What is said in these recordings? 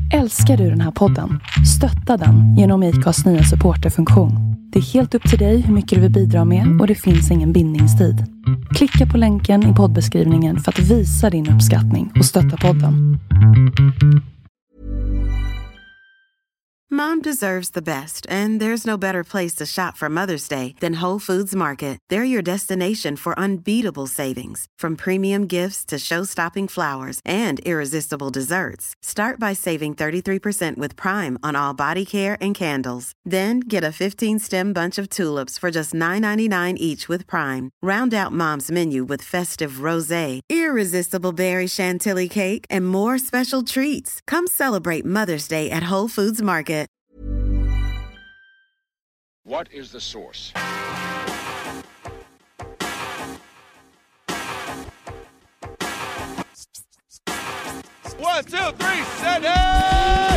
Älskar du den här podden? Stötta den genom IKAs nya supporterfunktion. Det är helt upp till dig hur mycket du vill bidra med och det finns ingen bindningstid. Klicka på länken i poddbeskrivningen för att visa din uppskattning och stötta podden. Mom deserves the best, and there's no better place to shop for Mother's Day than Whole Foods Market. They're your destination for unbeatable savings, from premium gifts to show-stopping flowers and irresistible desserts. Start by saving 33% with Prime on all body care and candles. Then get a 15-stem bunch of tulips for just $9.99 each with Prime. Round out Mom's menu with festive rosé, irresistible berry chantilly cake, and more special treats. Come celebrate Mother's Day at Whole Foods Market. What is the source? 1, 2, 3, set it!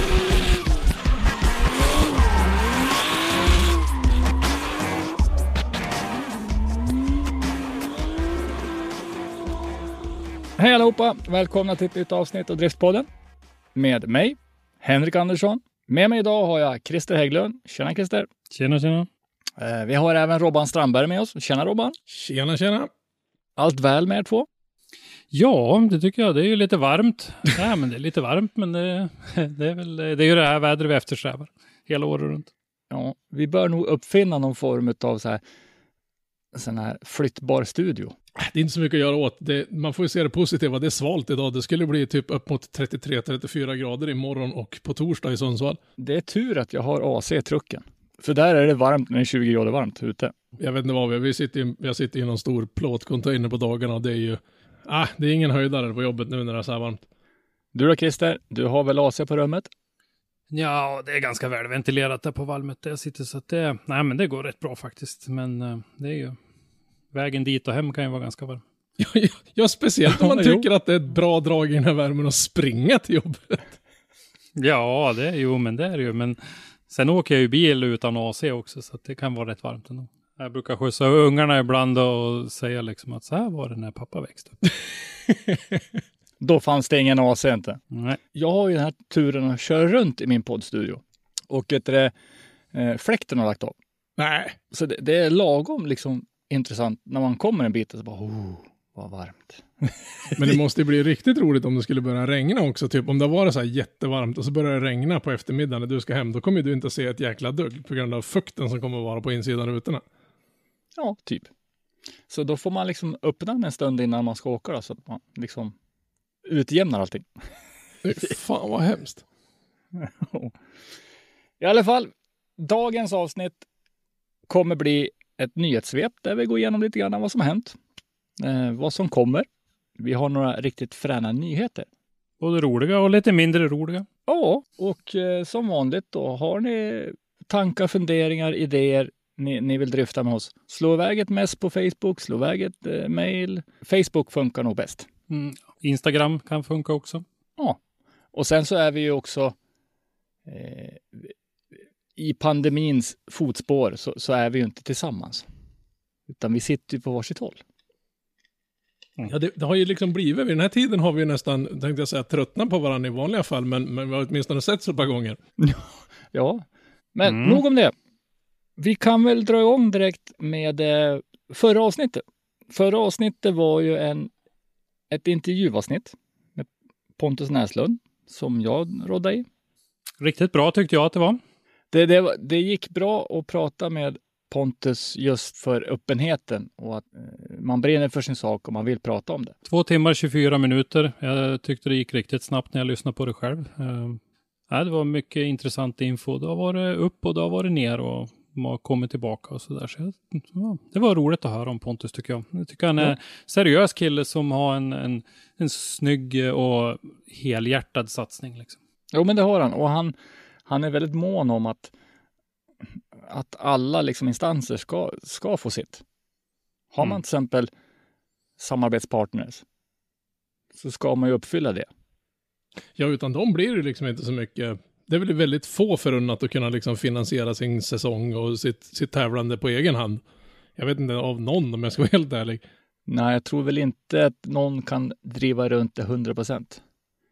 Hej allihopa! Välkomna till ett nytt avsnitt av Driftpodden. Med mig, Henrik Andersson. Med mig idag har jag Christer Hägglund. Tjena Christer! Tjena, tjena! Vi har även Robban Strandberg med oss. Tjena Robban! Tjena, tjena! Allt väl med er två? Ja, det tycker jag. Det är ju lite varmt. Ja, men det är lite varmt, men det är väl det är ju det här vädret vi eftersträvar hela året runt. Ja, vi bör nog uppfinna någon form av sån här flyttbar studio. Det är inte så mycket att göra åt. Man får ju se det positiva. Det är svalt idag. Det skulle bli typ upp mot 33-34 grader imorgon och på torsdag i Sundsvall. Det är tur att jag har AC i trucken. För där är det varmt när det är 20 grader varmt ute. Jag vet inte vad jag sitter i någon stor plåtcontainer på dagarna och det är ju... det är ingen höjdare på jobbet nu när det är så här varmt. Du då Christer, du har väl AC på rummet? Ja, det är ganska välventilerat där på valmet där jag sitter så att men det går rätt bra faktiskt. Men det är ju... Vägen dit och hem kan ju vara ganska varm. Ja, speciellt om man tycker att det är ett bra drag i den här värmen att springa till jobbet. Ja, det är ju. Men sen åker jag ju bil utan AC också så att det kan vara rätt varmt ändå. Jag brukar skjutsa ungarna ibland och säga liksom att så här var det när pappa växte upp. Då fanns det ingen AC inte. Nej. Jag har ju den här turen att köra runt i min poddstudio. Och fläkten har lagt av. Nej. Så det är lagom liksom intressant när man kommer en bit och så bara, vad varmt. Men det måste ju bli riktigt roligt om det skulle börja regna också. Typ om det var så här jättevarmt och så börjar det regna på eftermiddagen när du ska hem. Då kommer du inte se ett jäkla dugg på grund av fukten som kommer att vara på insidan rutorna. Ja, typ. Så då får man liksom öppna en stund innan man ska åka då, så att man liksom utjämnar allting. Fan vad hemskt. I alla fall, dagens avsnitt kommer bli ett nyhetssvep där vi går igenom lite grann vad som har hänt. Vad som kommer. Vi har några riktigt fräna nyheter. Både roliga och lite mindre roliga. Ja, och som vanligt då har ni tankar, funderingar, idéer ni vill drifta med oss. Slå iväg ett mess på Facebook, slå iväg ett mail. Facebook funkar nog bäst. Instagram kan funka också. Ja, och sen så är vi ju också i pandemins fotspår så är vi ju inte tillsammans. Utan vi sitter ju på varsitt håll. Ja, det har ju liksom blivit, vid den här tiden har vi nästan, tänkte jag säga, tröttnat på varandra i vanliga fall, men vi har åtminstone sett så ett par gånger. Ja, men nog om det. Vi kan väl dra igång direkt med förra avsnittet. Förra avsnittet var ju ett intervjuavsnitt med Pontus Näslund som jag rådde i. Riktigt bra tyckte jag att det var. Det gick bra att prata med Pontus just för öppenheten och att man brinner för sin sak och man vill prata om det. 2 timmar 24 minuter. Jag tyckte det gick riktigt snabbt när jag lyssnade på det själv. Det var mycket intressant info. Det har varit upp och det har varit ner och man har kommit tillbaka och sådär. Så det var roligt att höra om Pontus tycker jag. Jag tycker han är en seriös kille som har en snygg och helhjärtad satsning. Liksom. Jo, men det har han. Och han är väldigt mån om att alla liksom instanser ska få sitt. Har man till exempel samarbetspartners så ska man ju uppfylla det. Ja, utan dem blir det liksom inte så mycket. Det är väl väldigt få förunnat att kunna liksom finansiera sin säsong och sitt tävlande på egen hand. Jag vet inte av någon om jag ska vara helt ärlig. Nej, jag tror väl inte att någon kan driva runt det 100%.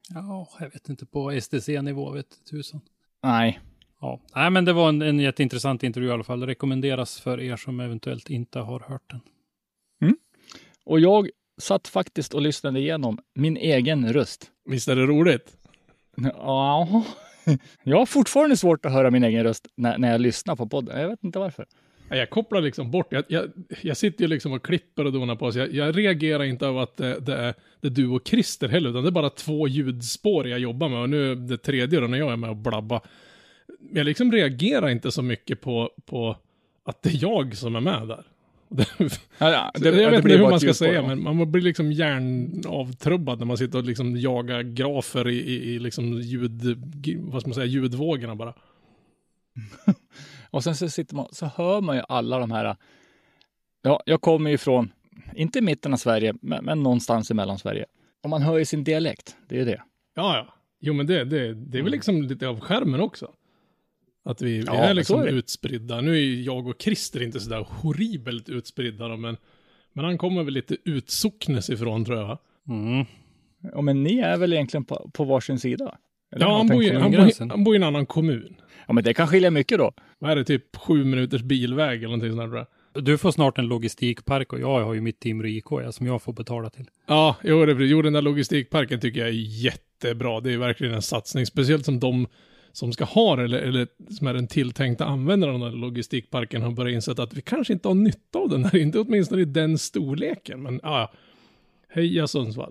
Ja, jag vet inte, på STC-nivå vet tusan. Nej. Ja, nej, men det var en jätteintressant intervju i alla fall. Det rekommenderas för er som eventuellt inte har hört den. Och jag satt faktiskt och lyssnade igenom min egen röst. Visst är det roligt? Ja, jag har fortfarande svårt att höra min egen röst när jag lyssnar på podden. Jag vet inte varför. Jag kopplar liksom bort. Jag sitter ju liksom och klipper och donar på. Så jag reagerar inte av att det är du och Christer heller. Utan det är bara 2 ljudspår jag jobbar med. Och nu är det 3:e då när jag är med och blabba. Jag liksom reagerar inte så mycket på att det är jag som är med där. Jag vet inte hur man ska säga, men man blir liksom hjärnavtrubbad när man sitter och liksom jagar grafer i liksom ljudvågorna bara. Och sen så hör man ju alla de här. Ja, jag kommer ju från, inte mitten av Sverige, men någonstans i Mellansverige. Och man hör ju sin dialekt, det är det. Ja. Jo, men det är väl liksom lite av skärmen också. Att vi är liksom utspridda. Nu är ju jag och Christer inte så där horribelt utspridda då, men han kommer väl lite utsocknes ifrån, tror jag. Mm. Ja, men ni är väl egentligen på varsin sida? Eller ja, han bor i en annan kommun. Ja, men det kan skilja mycket då. Vad är det, typ 7 minuters bilväg eller någonting sånt där? Du får snart en logistikpark och jag har ju mitt Timrå IK som jag får betala till. Ja, den där logistikparken tycker jag är jättebra. Det är verkligen en satsning, speciellt som de som ska ha det, eller som är den tilltänkta användaren av den här logistikparken har börjat insett att vi kanske inte har nytta av den här, inte åtminstone i den storleken. Men heja Sundsvall.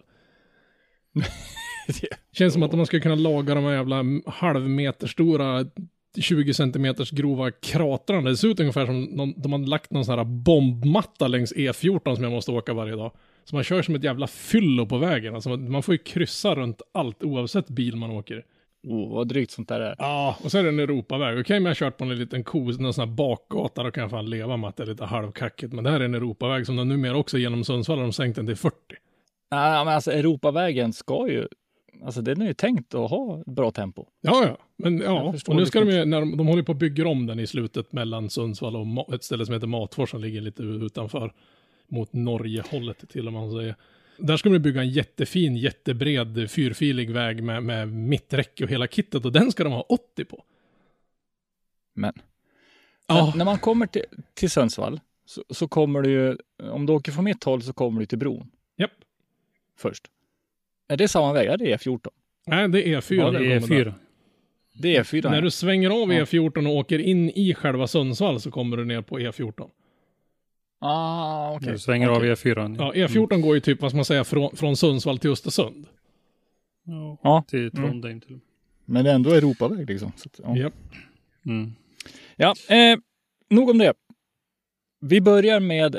Känns som att man ska kunna laga de här jävla halvmeterstora 20 centimeters grova kratrarna. Det ser ut ungefär som de har lagt någon sån här bombmatta längs E14 som jag måste åka varje dag. Så man kör som ett jävla fyllo på vägen. Alltså man får ju kryssa runt allt oavsett bil man åker. Vad drygt sånt där är. Ja, och så är det en Europaväg. Okej, men jag har kört på en liten någon sån här bakgata, då kan jag fan leva med att det är lite halvkackigt. Men det här är en Europaväg som de numera också genom Sundsvall har de sänkt den till 40. Ja, men alltså Europavägen ska ju, alltså den är ju tänkt att ha bra tempo. Ja. Men ja, och nu ska de ju, när de håller på att bygga om den i slutet mellan Sundsvall och ett ställe som heter Matfors som ligger lite utanför mot Norge-hållet till och med man säger. Där ska de bygga en jättefin, jättebred, fyrfilig väg med mitträcke och hela kittet och den ska de ha 80 på. Men när man kommer till Sundsvall så kommer du ju, om du åker från mitt håll så kommer du till bron. Japp. Först. Är det samma väg? Ja, det är E14. Nej, det är E4. Ja, det är E4. Det är E4. När du svänger av E14 och åker in i själva Sundsvall så kommer du ner på E14. Okej. Du svänger av E4. Ja, E14 går ju typ, vad ska man säga, från Sundsvall till Östersund. Ja, till Trondheim till och med. Men det är ändå Europaväg liksom. Så att, ja. Japp. Mm. Ja, nog om det. Vi börjar med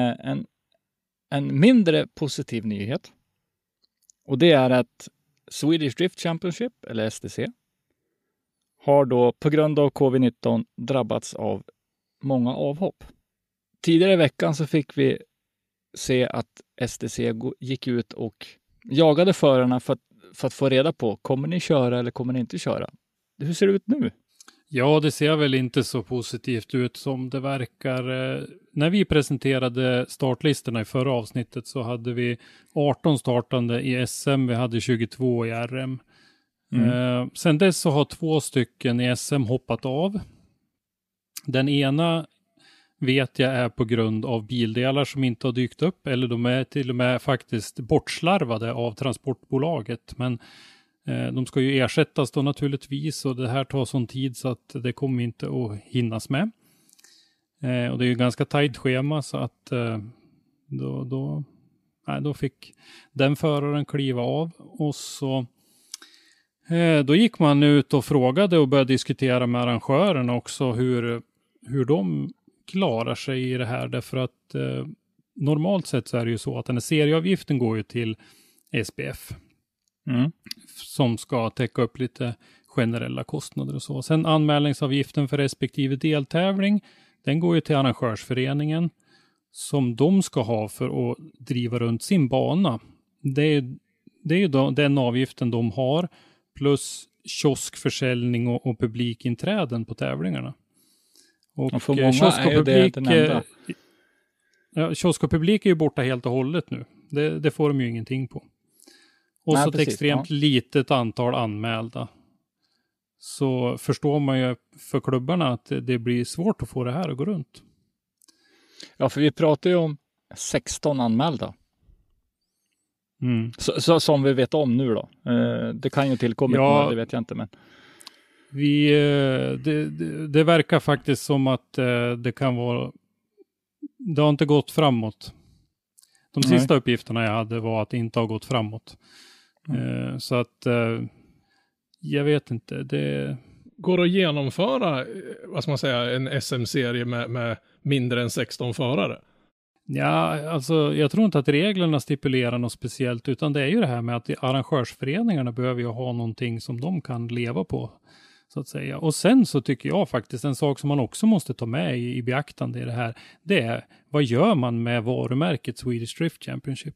en mindre positiv nyhet. Och det är att Swedish Drift Championship, eller STC, har då på grund av covid-19 drabbats av många avhopp. Tidigare i veckan så fick vi se att STC gick ut och jagade förarna för att få reda på, kommer ni köra eller kommer ni inte köra? Hur ser det ut nu? Ja, det ser väl inte så positivt ut som det verkar. När vi presenterade startlistorna i förra avsnittet så hade vi 18 startande i SM, vi hade 22 i RM. Sen dess så har 2 stycken i SM hoppat av. Den ena vet jag är på grund av bildelar som inte har dykt upp, eller de är till och med faktiskt bortslarvade av transportbolaget. Men de ska ju ersättas då naturligtvis och det här tar sån tid så att det kommer inte att hinnas med. Och det är ju ganska tajt schema så att då fick den föraren kliva av och så då gick man ut och frågade och började diskutera med arrangörerna också hur de klarar sig i det här, därför att normalt sett så är det ju så att den här serieavgiften går ju till SPF som ska täcka upp lite generella kostnader och så. Sen anmälningsavgiften för respektive deltävling, den går ju till arrangörsföreningen som de ska ha för att driva runt sin bana. Det är ju den avgiften de har plus kioskförsäljning och publikinträden på tävlingarna. Och för många är det den enda. Kiosk och publik är ju borta helt och hållet nu. Det får de ju ingenting på. och så ett extremt litet antal anmälda, så förstår man ju för klubbarna att det blir svårt att få det här att gå runt. Ja, för vi pratar ju om 16 anmälda. Så, som vi vet om nu då. Det kan ju tillkomma, det vet jag inte. Men det verkar faktiskt som att det kan vara... Det har inte gått framåt. De sista uppgifterna jag hade var att det inte har gått framåt. Så att jag vet inte. Det går att genomföra, vad ska man säga, en SM-serie med mindre än 16 förare? Ja, alltså jag tror inte att reglerna stipulerar något speciellt, utan det är ju det här med att arrangörsföreningarna behöver ju ha någonting som de kan leva på, så att säga. Och sen så tycker jag faktiskt en sak som man också måste ta med i beaktande i det här, det är vad gör man med varumärket Swedish Drift Championship?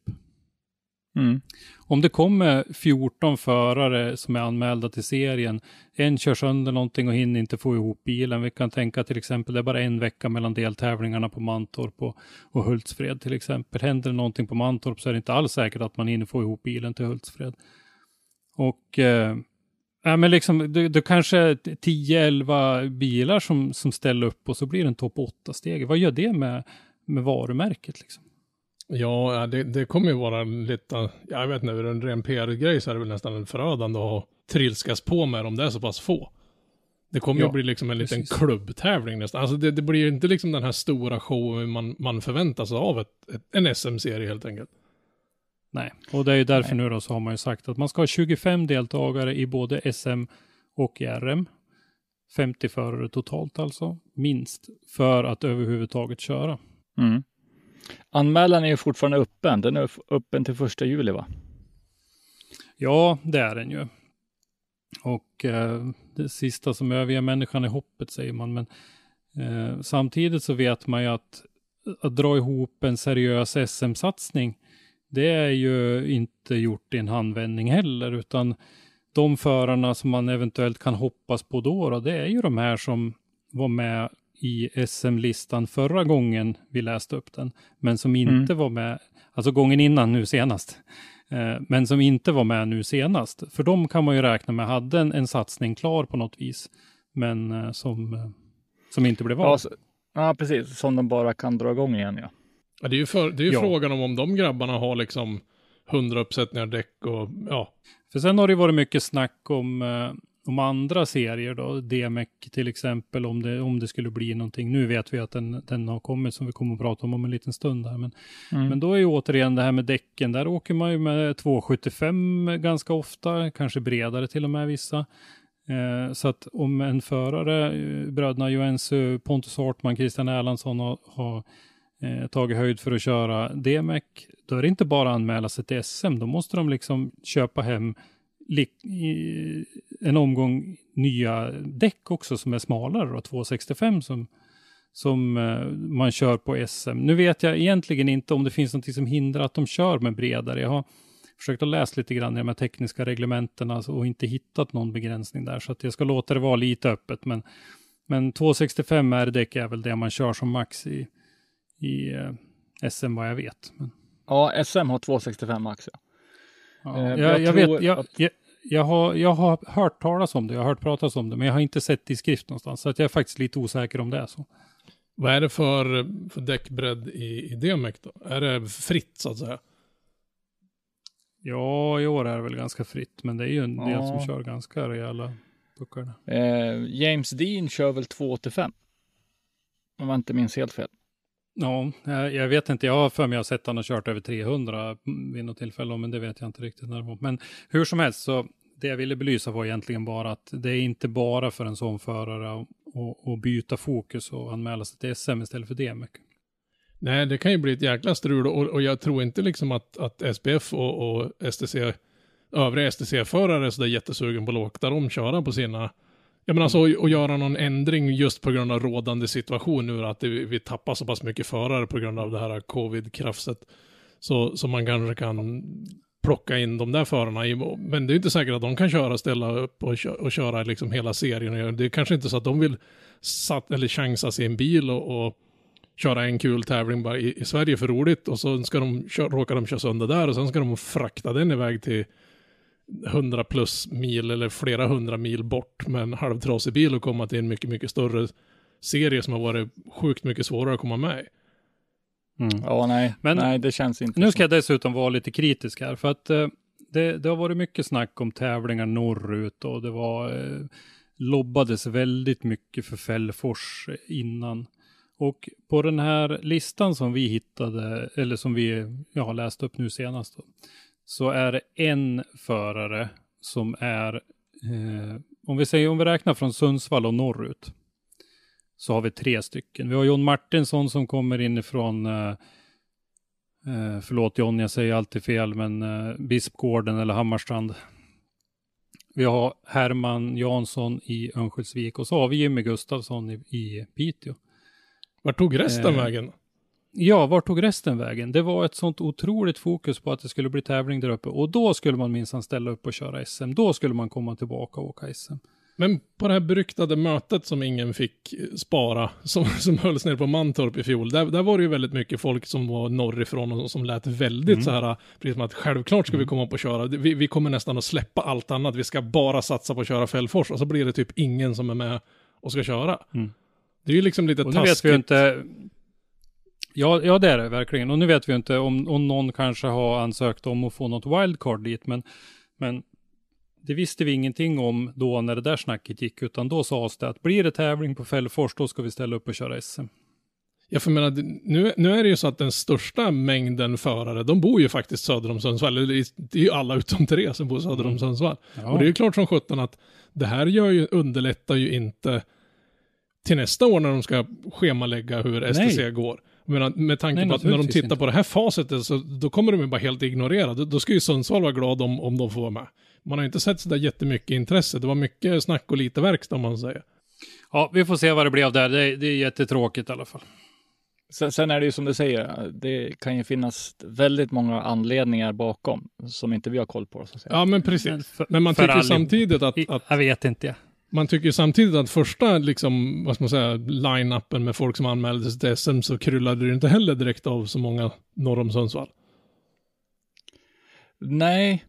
Om det kommer 14 förare som är anmälda till serien, en kör sönder någonting och hinner inte få ihop bilen. Vi kan tänka till exempel, det är bara en vecka mellan deltävlingarna på Mantorp och Hultsfred till exempel. Händer det någonting på Mantorp så är det inte alls säkert att man hinner få ihop bilen till Hultsfred. Och men liksom, det kanske är 10-11 bilar som ställer upp och så blir det en topp 8-steg. Vad gör det med varumärket liksom? Ja, det kommer ju vara lite, jag vet inte, en ren PR-grej så är det väl nästan en förödande att trilskas på med om det är så pass få. Det kommer ju bli liksom en liten klubbtävling nästan. Alltså det blir ju inte liksom den här stora showen man förväntar sig av en SM-serie helt enkelt. Nej, och det är ju därför nu då så har man ju sagt att man ska ha 25 deltagare i både SM och RM. 50 förare totalt alltså, minst, för att överhuvudtaget köra. Anmälan är ju fortfarande öppen. Den är öppen till 1 juli, va? Ja, det är den ju. Och det sista som överger människan är hoppet, säger man. Men samtidigt så vet man ju att dra ihop en seriös SM-satsning, det är ju inte gjort i en handvändning heller. Utan de förarna som man eventuellt kan hoppas på då, det är ju de här som var med i SM-listan förra gången vi läste upp den, men som inte var med, alltså gången innan nu senast, men som inte var med nu senast. För de kan man ju räkna med hade en satsning klar på något vis, men som inte blev av. Ja, precis. Som de bara kan dra igång igen, ja. Ja, det är ju frågan om de grabbarna har liksom 100 uppsättningar däck och ja. För sen har det varit mycket snack om andra serier då, DMEC till exempel, om det skulle bli någonting. Nu vet vi att den har kommit, som vi kommer att prata om en liten stund här. Men då är ju återigen det här med däcken. Där åker man ju med 275 ganska ofta, kanske bredare till och med vissa. Så att om en förare, bröderna Joensuu, Pontus Hartman, Christian Erlandsson har tagit höjd för att köra DMEC, då är det inte bara anmäla sig till SM. Då måste de liksom köpa hem en omgång nya däck också som är smalare då, 265 som man kör på SM. Nu vet jag egentligen inte om det finns något som hindrar att de kör med bredare. Jag har försökt att läsa lite grann i de här tekniska reglementerna och inte hittat någon begränsning där, så att jag ska låta det vara lite öppet, men 265 R-däck är väl det man kör som max i SM vad jag vet. Men... Ja, SM har 265 max. Ja. Jag har hört talas om det, jag har hört pratas om det, men jag har inte sett det i skrift någonstans, så att jag är faktiskt lite osäker om det är så. Vad är det för däckbredd i DMEC då? Är det fritt så att säga? Ja, i år är det väl ganska fritt, men det är ju en del som kör ganska rejäla puckarna. James Dean kör väl 285? Om man inte minns helt fel. Ja, jag vet inte. Jag har för mig att sett han har kört över 300 vid något tillfälle, men det vet jag inte riktigt när det var. Men hur som helst, så det jag ville belysa var egentligen bara att det är inte bara för en sån förare att byta fokus och anmäla sig till SM istället för DMEC. Nej, det kan ju bli ett jäkla strul och jag tror inte liksom att SPF och STC, övriga STC-förare är så där jättesugen på att låta dem köra på sina... Jag menar alltså att göra någon ändring just på grund av rådande situation nu, att vi tappar så pass mycket förare på grund av det här covid-krafset, så man kanske kan plocka in de där förarna i, men det är inte säkert att de kan ställa upp och köra liksom hela serien. Det är kanske inte så att de vill chansa sin bil och köra en kul tävling bara i Sverige för roligt, och så råkar de köra sönder där och sen ska de frakta den iväg till 100 plus mil eller flera 100 mil bort med en halvtrasig bil och komma till en mycket, mycket större serie som har varit sjukt mycket svårare att komma med i. Ja, nej, det känns inte. Nu ska jag dessutom vara lite kritisk här, för att det har varit mycket snack om tävlingar norrut och det var lobbades väldigt mycket för Fällfors innan. Och på den här listan som vi hittade, eller som jag har läst upp nu senast då, så är det en förare som är, om vi räknar från Sundsvall och norrut, så har vi 3 stycken. Vi har John Martinsson som kommer inifrån, förlåt John, jag säger alltid fel, men Bispgården eller Hammarstrand. Vi har Herman Jansson i Örnsköldsvik och så har vi Jimmy Gustafsson i Piteå. Vart tog resten vägen? Ja, vart tog resten vägen? Det var ett sånt otroligt fokus på att det skulle bli tävling där uppe. Och då skulle man minsann ställa upp och köra SM. Då skulle man komma tillbaka och åka SM. Men på det här beryktade mötet som ingen fick spara, som hölls ner på Mantorp i fjol, där var det ju väldigt mycket folk som var norrifrån och som lät väldigt så här, precis som att självklart ska vi komma upp och köra. Vi kommer nästan att släppa allt annat. Vi ska bara satsa på att köra Fällfors och så blir det typ ingen som är med och ska köra. Det är ju liksom lite taskigt. Nu vet vi ju inte. Ja, det är det verkligen. Och nu vet vi ju inte om någon kanske har ansökt om att få något wildcard dit. Men det visste vi ingenting om då när det där snacket gick. Utan då sades det att blir det tävling på Fällfors, då ska vi ställa upp och köra SM. Jag menar, nu är det ju så att den största mängden förare, de bor ju faktiskt söder om Sundsvall. Det är ju alla utom 3 som bor söder om Sundsvall. Ja. Och det är ju klart som 17 att det här underlättar ju inte till nästa år när de ska schemalägga hur STC går. Med tanke på att när de tittar på det här facetet så då kommer de ju bara helt ignorera. Då ska ju Sundsvall vara glad om de får vara med. Man har inte sett så där jättemycket intresse. Det var mycket snack och lite verkstad om man säger. Ja, vi får se vad det blir av det. Det är jättetråkigt i alla fall. Sen är det ju som du säger, det kan ju finnas väldigt många anledningar bakom som inte vi har koll på. Så att säga. Ja, men precis. Men man tycker samtidigt att... Jag vet inte. Man tycker samtidigt att första liksom, vad ska man säga, line-upen med folk som anmälde sig till SM så kryllade det inte heller direkt av så många norr om Sundsvall. Nej.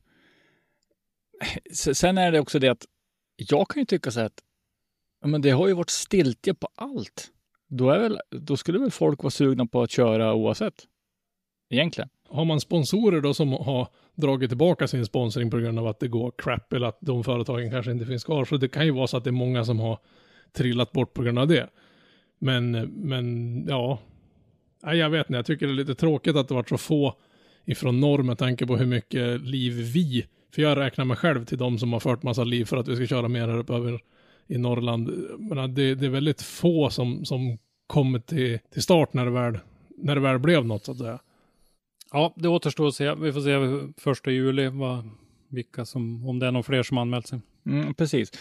Sen är det också det att jag kan ju tycka så att men det har ju varit stiltje på allt. Då skulle väl folk vara sugna på att köra oavsett. Egentligen. Har man sponsorer då som har dragit tillbaka sin sponsring på grund av att det går crap eller att de företagen kanske inte finns kvar, så det kan ju vara så att det är många som har trillat bort på grund av det. Men ja, jag vet inte, jag tycker det är lite tråkigt att det var så få ifrån norr med tanke på hur mycket liv för jag räknar mig själv till de som har fört massa liv för att vi ska köra mer här uppe över i Norrland. Men det är väldigt få som kommer till start när det väl blev något så att säga. Ja, det återstår att se. Vi får se 1 juli om det är någon fler som anmält sig. Precis.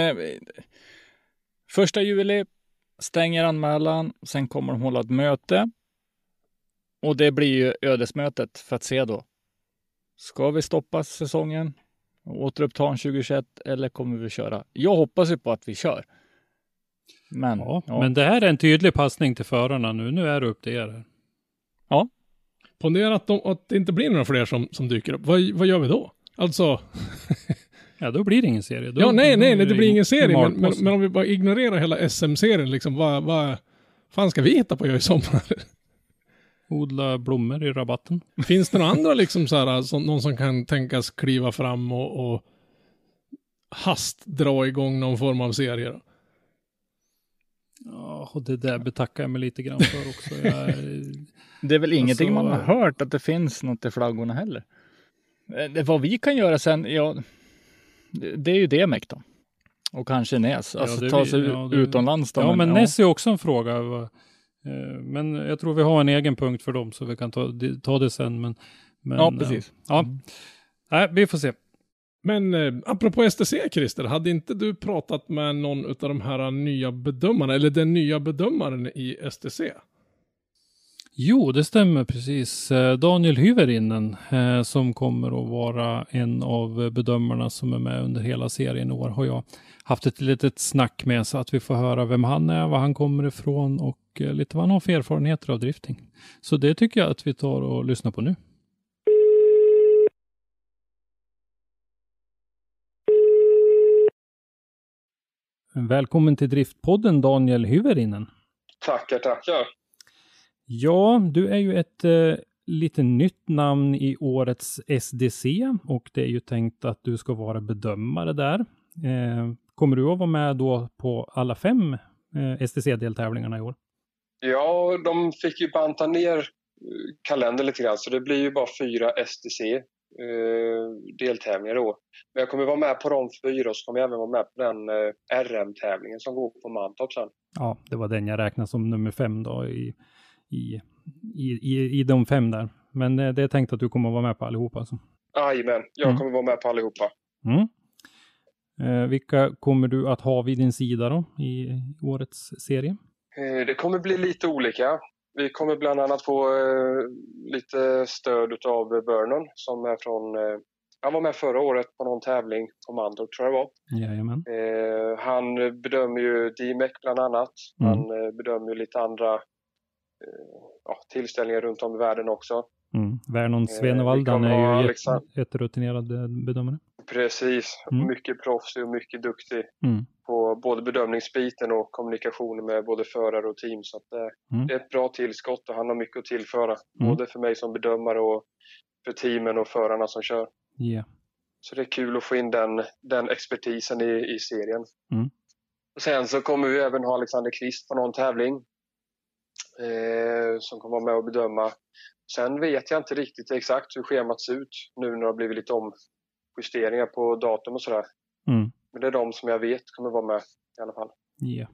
1 juli stänger anmälan. Sen kommer de hålla ett möte. Och det blir ju ödesmötet för att se då. Ska vi stoppa säsongen och återuppta 2021 eller kommer vi köra? Jag hoppas ju på att vi kör. Men det här är en tydlig passning till förarna nu. Nu är det upp till er. Ja. Ponera att det inte blir några fler som dyker upp. Vad gör vi då? Alltså... Ja, då blir det ingen serie. Nej, det blir ingen serie. Men om vi bara ignorerar hela SM-serien, liksom, vad fan ska vi hitta på att göra i sommar? Odla blommor i rabatten. Finns det några andra liksom så här, någon som kan tänkas kliva fram och dra igång någon form av serie då? Ja, och det där betackar jag mig lite grann för också. Det är väl ingenting man har hört att det finns något i flaggorna heller. Vad vi kan göra sen, det är ju det Mek då. Och kanske Näs. Alltså ta sig utomlands då. Ja, men Näs är också en fråga. Men jag tror vi har en egen punkt för dem så vi kan ta det sen. Men, ja, precis. Nej, vi får se. Men apropå STC, Christer, hade inte du pratat med någon av de här nya bedömarna, eller den nya bedömaren i STC? Jo, det stämmer precis. Daniel Hyvärinen som kommer att vara en av bedömarna som är med under hela serien i år har jag haft ett litet snack med så att vi får höra vem han är, var han kommer ifrån och lite vad han har för erfarenheter av drifting. Så det tycker jag att vi tar och lyssnar på nu. Välkommen till Driftpodden, Daniel Hyvärinen. Tackar. Ja, du är ju ett lite nytt namn i årets SDC och det är ju tänkt att du ska vara bedömare där. Kommer du att vara med då på alla 5 SDC-deltävlingarna i år? Ja, de fick ju banta ner kalendern lite grann, så det blir ju bara 4 SDC-deltävlingar då. Men jag kommer vara med på de 4 och så kommer jag även vara med på den RM-tävlingen som går på Mantorp sen. Ja, det var den jag räknade som nummer 5 då i de 5 där. Men det är tänkt att du kommer att vara med på allihopa alltså. Jajamän, jag kommer vara med på allihopa. Vilka kommer du att ha vid din sida då i årets serie? Det kommer bli lite olika. Vi kommer bland annat få lite stöd av Vernon som är från... han var med förra året på någon tävling på Mantorp tror jag det var. Jajamän. Han bedömer ju DMEC bland annat. Han bedömer ju lite andra tillställningar runt om i världen också. Vernon Svenevald, han är ju jätterutinerad bedömare. Precis, mycket proffsig och mycket duktig på både bedömningsbiten och kommunikationen med både förare och team. Så att det är ett bra tillskott och han har mycket att tillföra. Både för mig som bedömare och för teamen och förarna som kör. Yeah. Så det är kul att få in den expertisen i serien. Och sen så kommer vi även ha Alexander Kvist på någon tävling. Som kommer vara med och bedöma. Sen vet jag inte riktigt exakt hur schemat ser ut nu när det har blivit lite omjusteringar på datum och sådär. Men det är de som jag vet kommer vara med i alla fall. Yeah.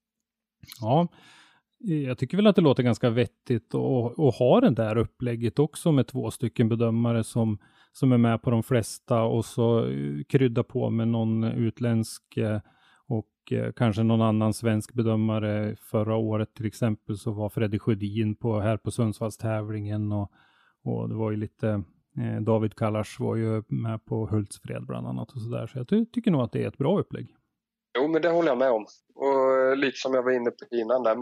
Ja, jag tycker väl att det låter ganska vettigt och ha det där upplägget också med 2 stycken bedömare som är med på de flesta och så krydda på med någon utländsk och kanske någon annan svensk bedömare. Förra året till exempel så var Fredrik Sjödin här på Sundsvallstävlingen och det var ju lite David Kallars var ju med på Hultsfred bland annat och sådär. Så jag tycker nog att det är ett bra upplägg. Jo, men det håller jag med om. Och lite som jag var inne på innan där,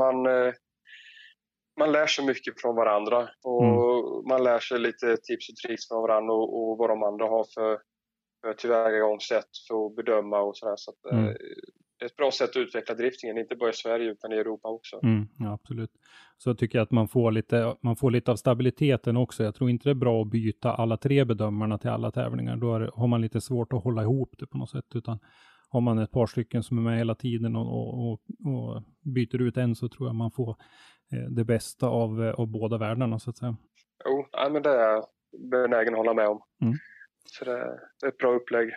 man lär sig mycket från varandra och man lär sig lite tips och tricks från varandra och vad de andra har för tillvägagångssätt för att bedöma och sådär. Så att, det är ett bra sätt att utveckla driftingen, inte bara i Sverige utan i Europa också. Ja, absolut. Så jag tycker att man får lite av stabiliteten också. Jag tror inte det är bra att byta alla 3 bedömarna till alla tävlingar. Då har man lite svårt att hålla ihop det på något sätt. Utan har man ett par stycken som är med hela tiden och byter ut en så tror jag man får det bästa av båda världarna så att säga. Jo, men det är jag benägen att hålla med om. Så det är ett bra upplägg.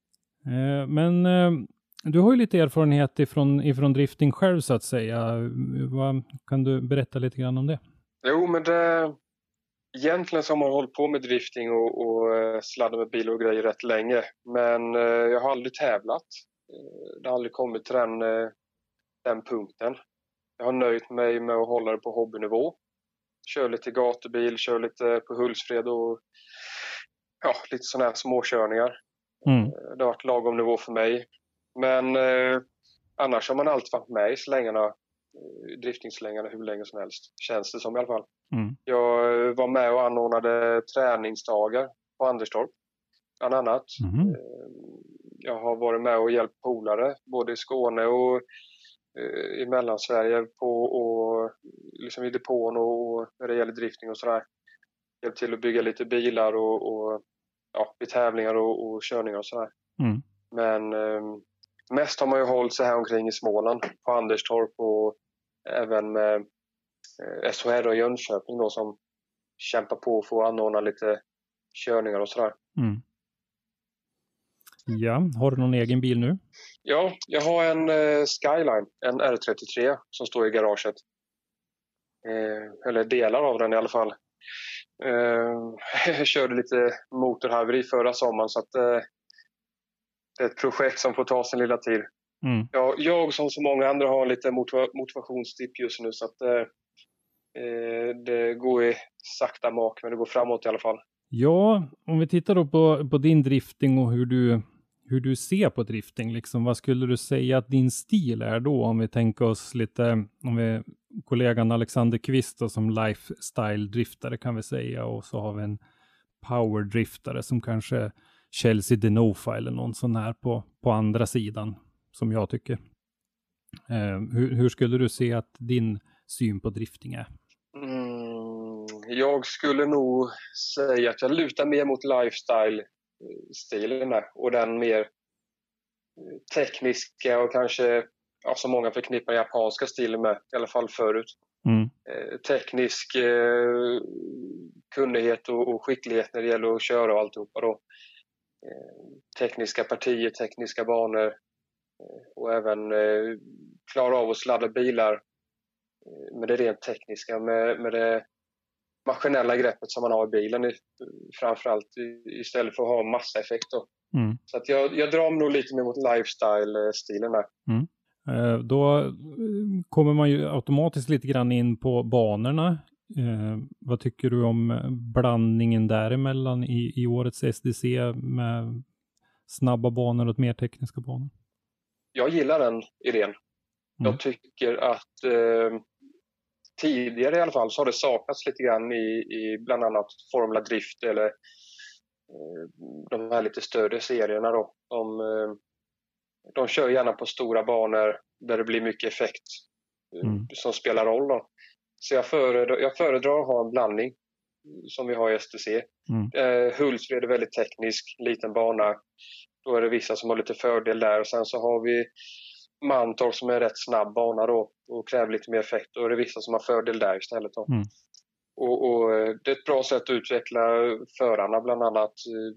Men du har ju lite erfarenhet ifrån drifting själv så att säga. Kan du berätta lite grann om det? Jo, men egentligen så har man hållit på med drifting och sladda med bil och grejer rätt länge. Men jag har aldrig tävlat. Det har aldrig kommit till den punkten. Jag har nöjt mig med att hålla det på hobbynivå. Kör lite gatubil, kör lite på Hultsfred och lite sådana här småkörningar. Det har varit lagom nivå för mig. Men annars har man alltid varit med i driftingslängarna hur länge som helst. Känns det som i alla fall. Jag var med och anordnade träningsdagar på Anderstorp. Bland annat. Jag har varit med och hjälpt polare både i Skåne och i Mellansverige och liksom i depån och när det gäller drifting och sådär. Hjälpt till att bygga lite bilar och vid tävlingar och körningar och sådär. Men mest har man ju hållit sig här omkring i Småland på Anderstorp och även med SHR och Jönköping då som kämpar på för att anordna lite körningar och sådär. Ja, har du någon egen bil nu? Ja, jag har en Skyline, en R33 som står i garaget. Eller delar av den i alla fall. Jag körde lite motorhaveri förra sommaren så att det är ett projekt som får ta sin lilla tid. Jag som så många andra har lite motivationsdipp just nu så att det går i sakta mak men det går framåt i alla fall. Ja, om vi tittar då på din drifting och hur du ser på drifting liksom, vad skulle du säga att din stil är då om vi tänker oss lite, om vi kollegan Alexander Kvist då, som lifestyle-driftare kan vi säga och så har vi en power-driftare som kanske Chelsea Denofa eller någon sån här på andra sidan som jag tycker. Hur skulle du se att din syn på drifting är? Jag skulle nog säga att jag lutar mer mot lifestyle-stilen där, och den mer tekniska och kanske som många förknippar japanska stilen med, i alla fall förut. Teknisk kunnighet och skicklighet när det gäller att köra och alltihopa då. Tekniska partier, tekniska banor och även klara av att sladda bilar med det rent tekniska, med det maskinella greppet som man har i bilen framförallt, istället för att ha massa effekt då. Så att jag drar nog lite mer mot lifestyle-stilen där. Då kommer man ju automatiskt lite grann in på banorna. Vad tycker du om blandningen däremellan i årets SDC med snabba banor och mer tekniska banor? Jag gillar den idén. Jag tycker att tidigare i alla fall så har det saknats lite grann i bland annat Formula Drift eller de här lite större serierna då. De kör gärna på stora banor där det blir mycket effekt som spelar roll då. Så jag föredrar att ha en blandning som vi har i STC. Hultsfred är väldigt teknisk, liten bana. Då är det vissa som har lite fördel där. Och sen så har vi Mantorp som är en rätt snabb bana då och kräver lite mer effekt. Då är det vissa som har fördel där istället då. Och det är ett bra sätt att utveckla förarna, bland annat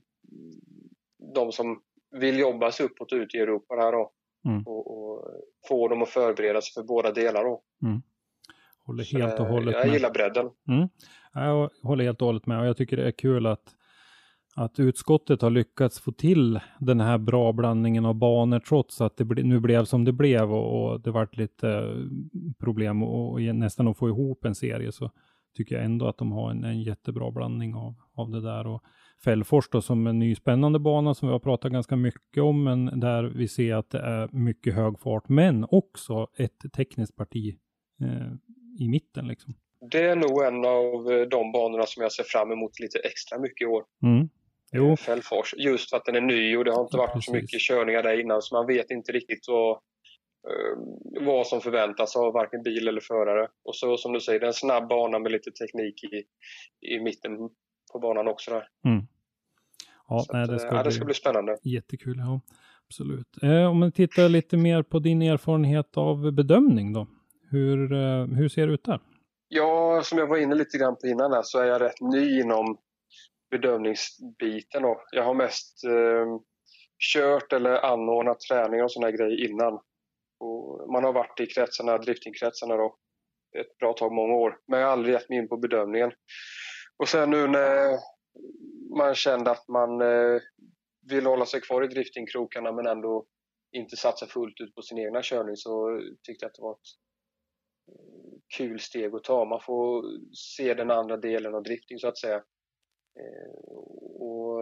de som vill jobba sig uppåt ut i Europa här då. Och få dem att förbereda sig för båda delar då. Håller helt och hållet med. Jag gillar bredden. Jag håller helt och hållet med, och jag tycker det är kul att utskottet har lyckats få till den här bra blandningen av banor, trots att det nu blev som det blev och det varit lite problem och nästan att få ihop en serie, så tycker jag ändå att de har en jättebra blandning av det där. Och Fällfors då, som en ny spännande bana som vi har pratat ganska mycket om, men där vi ser att det är mycket hög fart, men också ett tekniskt parti i mitten liksom. Det är nog en av de banorna som jag ser fram emot lite extra mycket i år. Fällfors, just för att den är ny och det har inte varit så mycket körningar där innan, så man vet inte riktigt vad som förväntas av varken bil eller förare. Och så som du säger, det är en snabb bana med lite teknik i mitten på banan också där. Ja, det ska bli spännande. Jättekul, ja. Absolut. Om man tittar lite mer på din erfarenhet av bedömning då. Hur ser det ut där? Ja, som jag var inne lite grann på innan där, så är jag rätt ny inom bedömningsbiten då. Jag har mest kört eller anordnat träningar och såna grejer innan. Och man har varit i driftingkretsarna då ett bra tag, många år. Men jag har aldrig gett mig in på bedömningen. Och sen nu när man kände att man vill hålla sig kvar i driftingkrokarna men ändå inte satsa fullt ut på sin egna körning, så tyckte jag att det var ett kul steg att ta. Man får se den andra delen av drifting så att säga. Och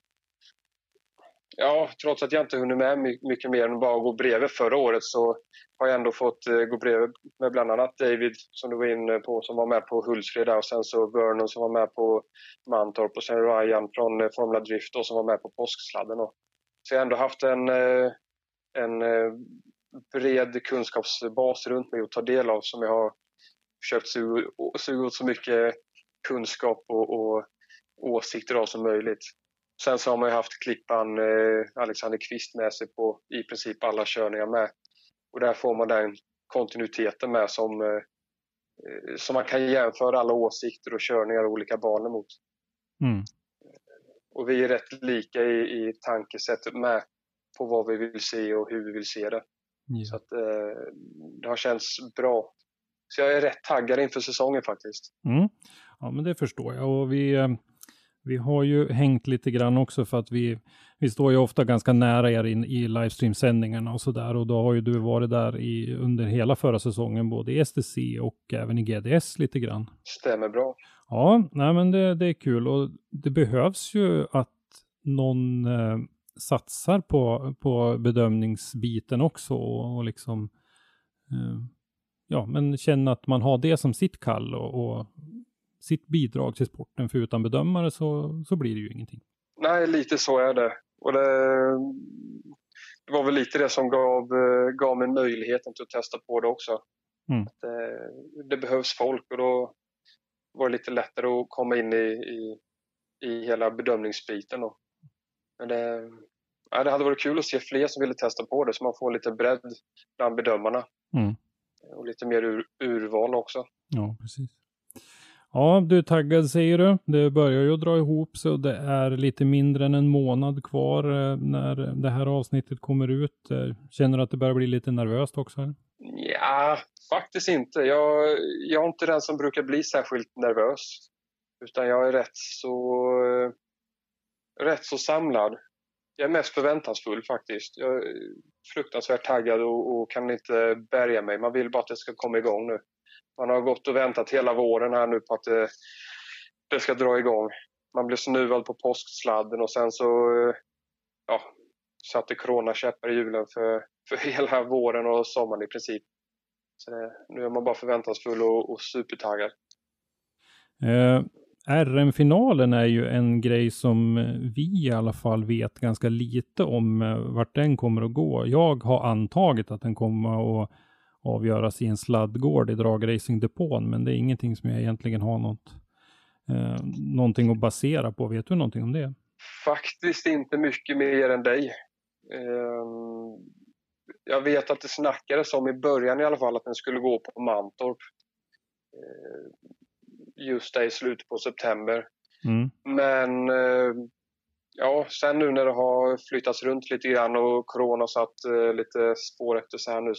ja, trots att jag inte hunnit med mycket mer än bara att gå bredvid förra året, så har jag ändå fått gå bredvid med bland annat David som du var inne på, som var med på Hultsfred, och sen så Vernon som var med på Mantorp, och sen Ryan från Formula Drift då, som var med på påsksladden. Så jag har ändå haft en bred kunskapsbas runt mig att ta del av, som jag har försökt suga åt så mycket kunskap och åsikter av som möjligt. Sen så har man ju haft klippan Alexander Kvist med sig på i princip alla körningar med. Och där får man den kontinuiteten med som man kan jämföra alla åsikter och körningar och olika banor mot. Och vi är rätt lika i tankesättet med på vad vi vill se och hur vi vill se det. Så att det har känts bra. Så jag är rätt taggad inför säsongen faktiskt. Ja, men det förstår jag. Och vi har ju hängt lite grann också, för att vi står ju ofta ganska nära er i livestreamsändningarna och sådär. Och då har ju du varit där under hela förra säsongen, både i STC och även i GDS lite grann. Stämmer bra. Ja, nej, men det är kul. Och det behövs ju att någon satsar på bedömningsbiten också. Och liksom, men känna att man har det som sitt kall och sitt bidrag till sporten, för utan bedömare så blir det ju ingenting. Nej, lite så är det. Och det var väl lite det som gav mig möjligheten till att testa på det också. Mm. Det behövs folk och då var det lite lättare att komma in i hela bedömningsbiten då. Men det hade varit kul att se fler som ville testa på det så man får lite bredd bland bedömarna. Mm. Och lite mer urval också. Ja, precis. Ja, du är taggad säger du. Det börjar ju att dra ihop så det är lite mindre än en månad kvar när det här avsnittet kommer ut. Känner du att det börjar bli lite nervöst också? Ja, faktiskt inte. Jag är inte den som brukar bli särskilt nervös. Utan jag är rätt så samlad. Jag är mest förväntansfull faktiskt. Jag är fruktansvärt taggad och kan inte bärga mig. Man vill bara att det ska komma igång nu. Man har gått och väntat hela våren här nu på att det ska dra igång. Man blev snuvad på påsksladden och sen så satte corona käppar i hjulen för hela våren och sommaren i princip. Så nu är man bara förväntansfull och supertaggad. RM-finalen är ju en grej som vi i alla fall vet ganska lite om vart den kommer att gå. Jag har antagit att den kommer att avgöras i en sladdgård i dragracingdepån, men det är ingenting som jag egentligen har någonting att basera på. Vet du någonting om det? Faktiskt inte mycket mer än dig. Jag vet att det snackades om i början i alla fall att den skulle gå på Mantorp. Just det i slutet på september. Mm. Men sen nu när det har flyttats runt lite grann och corona satt lite spår efter sig här nu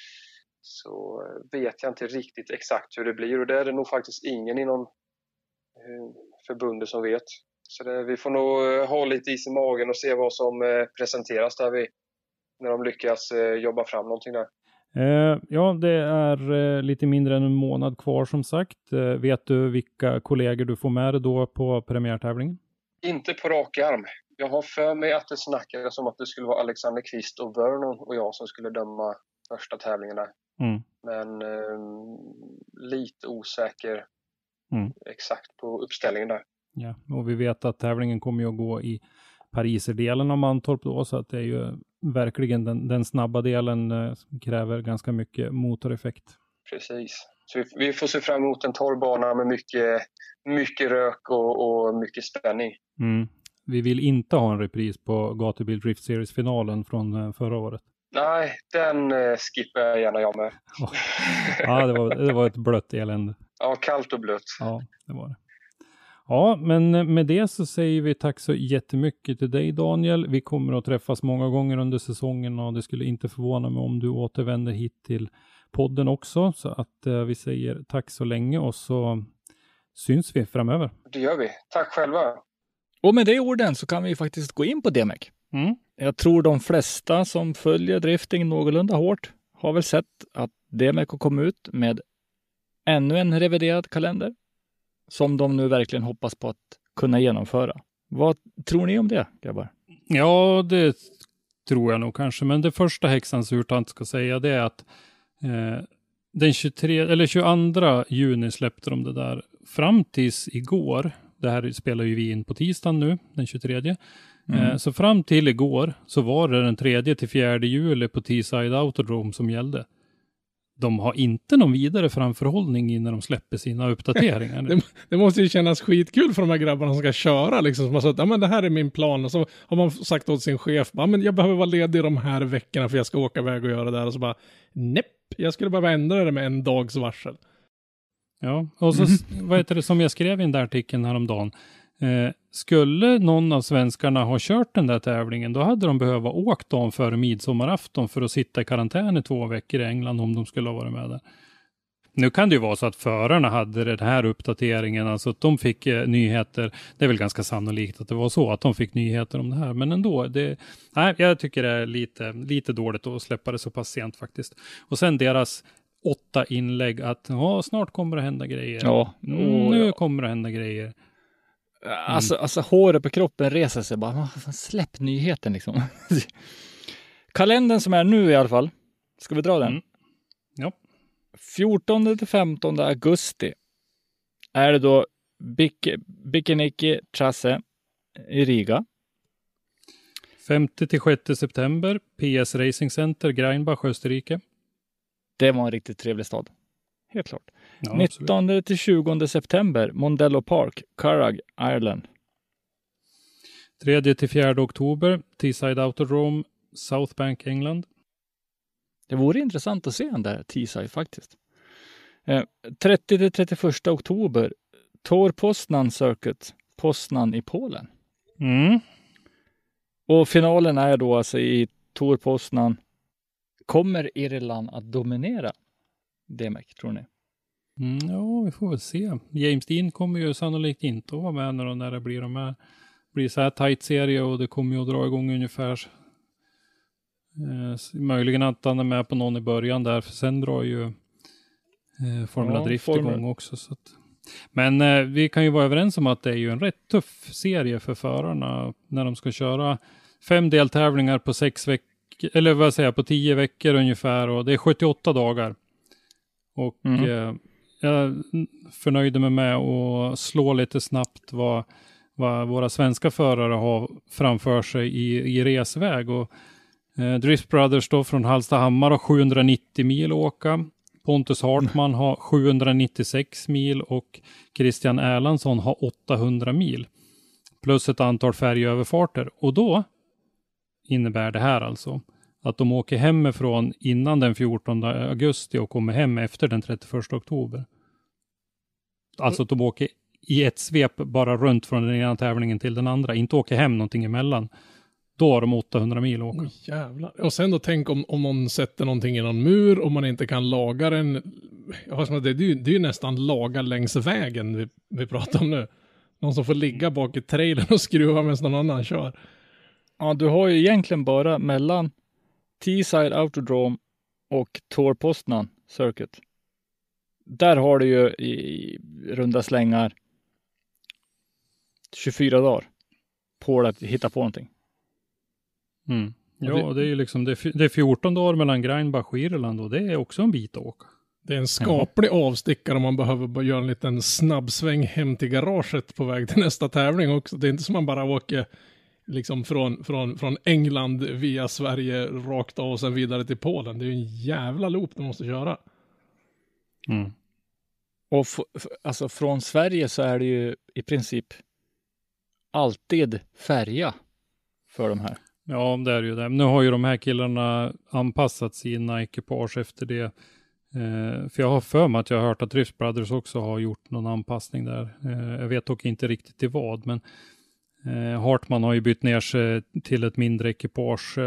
så vet jag inte riktigt exakt hur det blir. Och det är det nog faktiskt ingen inom förbundet som vet. Så vi får nog ha lite is i magen och se vad som presenteras där när de lyckas jobba fram någonting där. Ja, det är lite mindre än en månad kvar som sagt. Vet du vilka kollegor du får med dig då på premiärtävlingen? Inte på rak arm. Jag har för mig att det snackades om att det skulle vara Alexander Kvist och Vernon och jag som skulle döma första tävlingen där. Mm. Men lite osäker exakt på uppställningen där. Ja, och vi vet att tävlingen kommer ju att gå i Pariserdelen av Mantorp då, så att det är ju verkligen den snabba delen kräver ganska mycket motoreffekt. Precis. Så vi får se fram emot en torr bana med mycket rök och mycket spänning. Mm. Vi vill inte ha en repris på Gatubil Drift Series-finalen från förra året. Nej, den skippar jag gärna jag med. Ja, det var ett blött elände. Ja, kallt och blött. Ja, det var det. Ja, men med det så säger vi tack så jättemycket till dig Daniel. Vi kommer att träffas många gånger under säsongen och det skulle inte förvåna mig om du återvänder hit till podden också. Så att vi säger tack så länge och så syns vi framöver. Det gör vi. Tack själva. Och med det orden så kan vi faktiskt gå in på DMEC. Mm. Jag tror de flesta som följer drifting någorlunda hårt har väl sett att DMEC har kommit ut med ännu en reviderad kalender. Som de nu verkligen hoppas på att kunna genomföra. Vad tror ni om det, grabbar? Ja, det tror jag nog kanske. Men det första häxans urtant ska säga det är att den 22 juni släppte de det där. Fram tills igår, det här spelar ju vi in på tisdagen nu, den 23. Så fram till igår så var det den 3-4 juli på Teesside Autodrome som gällde. De har inte någon vidare framförhållning när de släpper sina uppdateringar. det måste ju kännas skitkul för de här grabbarna som ska köra. Liksom, som har sagt, men det här är min plan. Och så har man sagt åt sin chef, men jag behöver vara ledig de här veckorna för jag ska åka iväg och göra det här. Och så bara, nepp, jag skulle behöva ändra det med en dags varsel. Ja, och så vad heter det som jag skrev i den där artikeln häromdagen. Skulle någon av svenskarna ha kört den där tävlingen, då hade de behövt åkt dagen före midsommarafton för att sitta i karantän i 2 veckor i England om de skulle ha varit med där. Nu kan det ju vara så att förarna hade den här uppdateringen, alltså att de fick nyheter. Det är väl ganska sannolikt att det var så att de fick nyheter om det här, men ändå, jag tycker det är lite dåligt att släppa det så pass sent faktiskt. Och sen deras 8 inlägg att snart kommer det hända grejer. Ja. Nu kommer det hända grejer. Alltså håret på kroppen reser sig bara. Släpp nyheten liksom. Kalendern som är nu i alla fall. Ska vi dra den? Ja. 14-15 augusti är det då Bikiniki Trasse i Riga. 5-6 september, PS Racing Center, Greinbach, Österrike. Det var en riktigt trevlig stad. Helt klart. Ja, 19-20 september, Mondello Park, Curragh, Ireland. 3-4 oktober, Teesside Autodrome, South Bank, England. Det vore intressant att se den där Teesside faktiskt. 30-31 oktober, Tor Poznan Circuit, Poznan i Polen. Mm. Och finalen är då alltså i Tor Poznan. Kommer Irland att dominera DMEC, tror ni? Ja, vi får väl se. James Dean kommer ju sannolikt inte att vara med när det blir de här. Blir så här tight serie och det kommer ju att dra igång ungefär. Möjligen att han är med på någon i början där, för sen drar ju Formula Drift igång också. Så att. Men vi kan ju vara överens om att det är ju en rätt tuff serie för förarna när de ska köra 5 deltävlingar på 6 veckor, eller vad säger jag, på 10 veckor ungefär, och det är 78 dagar. Och jag förnöjde mig med att slå lite snabbt vad våra svenska förare har framför sig i resväg. Och Drift Brothers då från Hallstahammar har 790 mil att åka. Pontus Hartman har 796 mil och Christian Erlandsson har 800 mil. Plus ett antal färjeöverfarter. Och då innebär det här alltså att de åker hemifrån innan den 14 augusti och kommer hem efter den 31 oktober. Alltså att de åker i ett svep bara runt från den ena tävlingen till den andra. Inte åker hem någonting emellan. Då har de 800 mil att åka. Oh, jävlar. Och sen då tänk om någon sätter någonting i någon mur och man inte kan laga den. Det är ju nästan laga längs vägen vi pratar om nu. Någon som får ligga bak i trailern och skruva medan någon annan kör. Ja, du har ju egentligen bara mellan Teesside Autodrome och Tor Poznan Circuit. Där har du ju i runda slängar 24 dagar på att hitta på någonting. Mm. Ja, det är ju liksom det är 14 dagar mellan Greinbach och Irland och det är också en bit att åka. Det är en skaplig avstickare om man behöver bara göra en liten snabbsväng hem till garaget på väg till nästa tävling också. Det är inte som man bara åker liksom från England via Sverige rakt av och sen vidare till Polen. Det är ju en jävla loop du måste köra. Mm. Och alltså från Sverige så är det ju i princip alltid färja för de här. Ja, det är ju det. Nu har ju de här killarna anpassat sina ekipage efter det. För jag har för mig att jag har hört att Drift Brothers också har gjort någon anpassning där. Jag vet dock inte riktigt till vad, men Hartman har ju bytt ner sig till ett mindre ekipage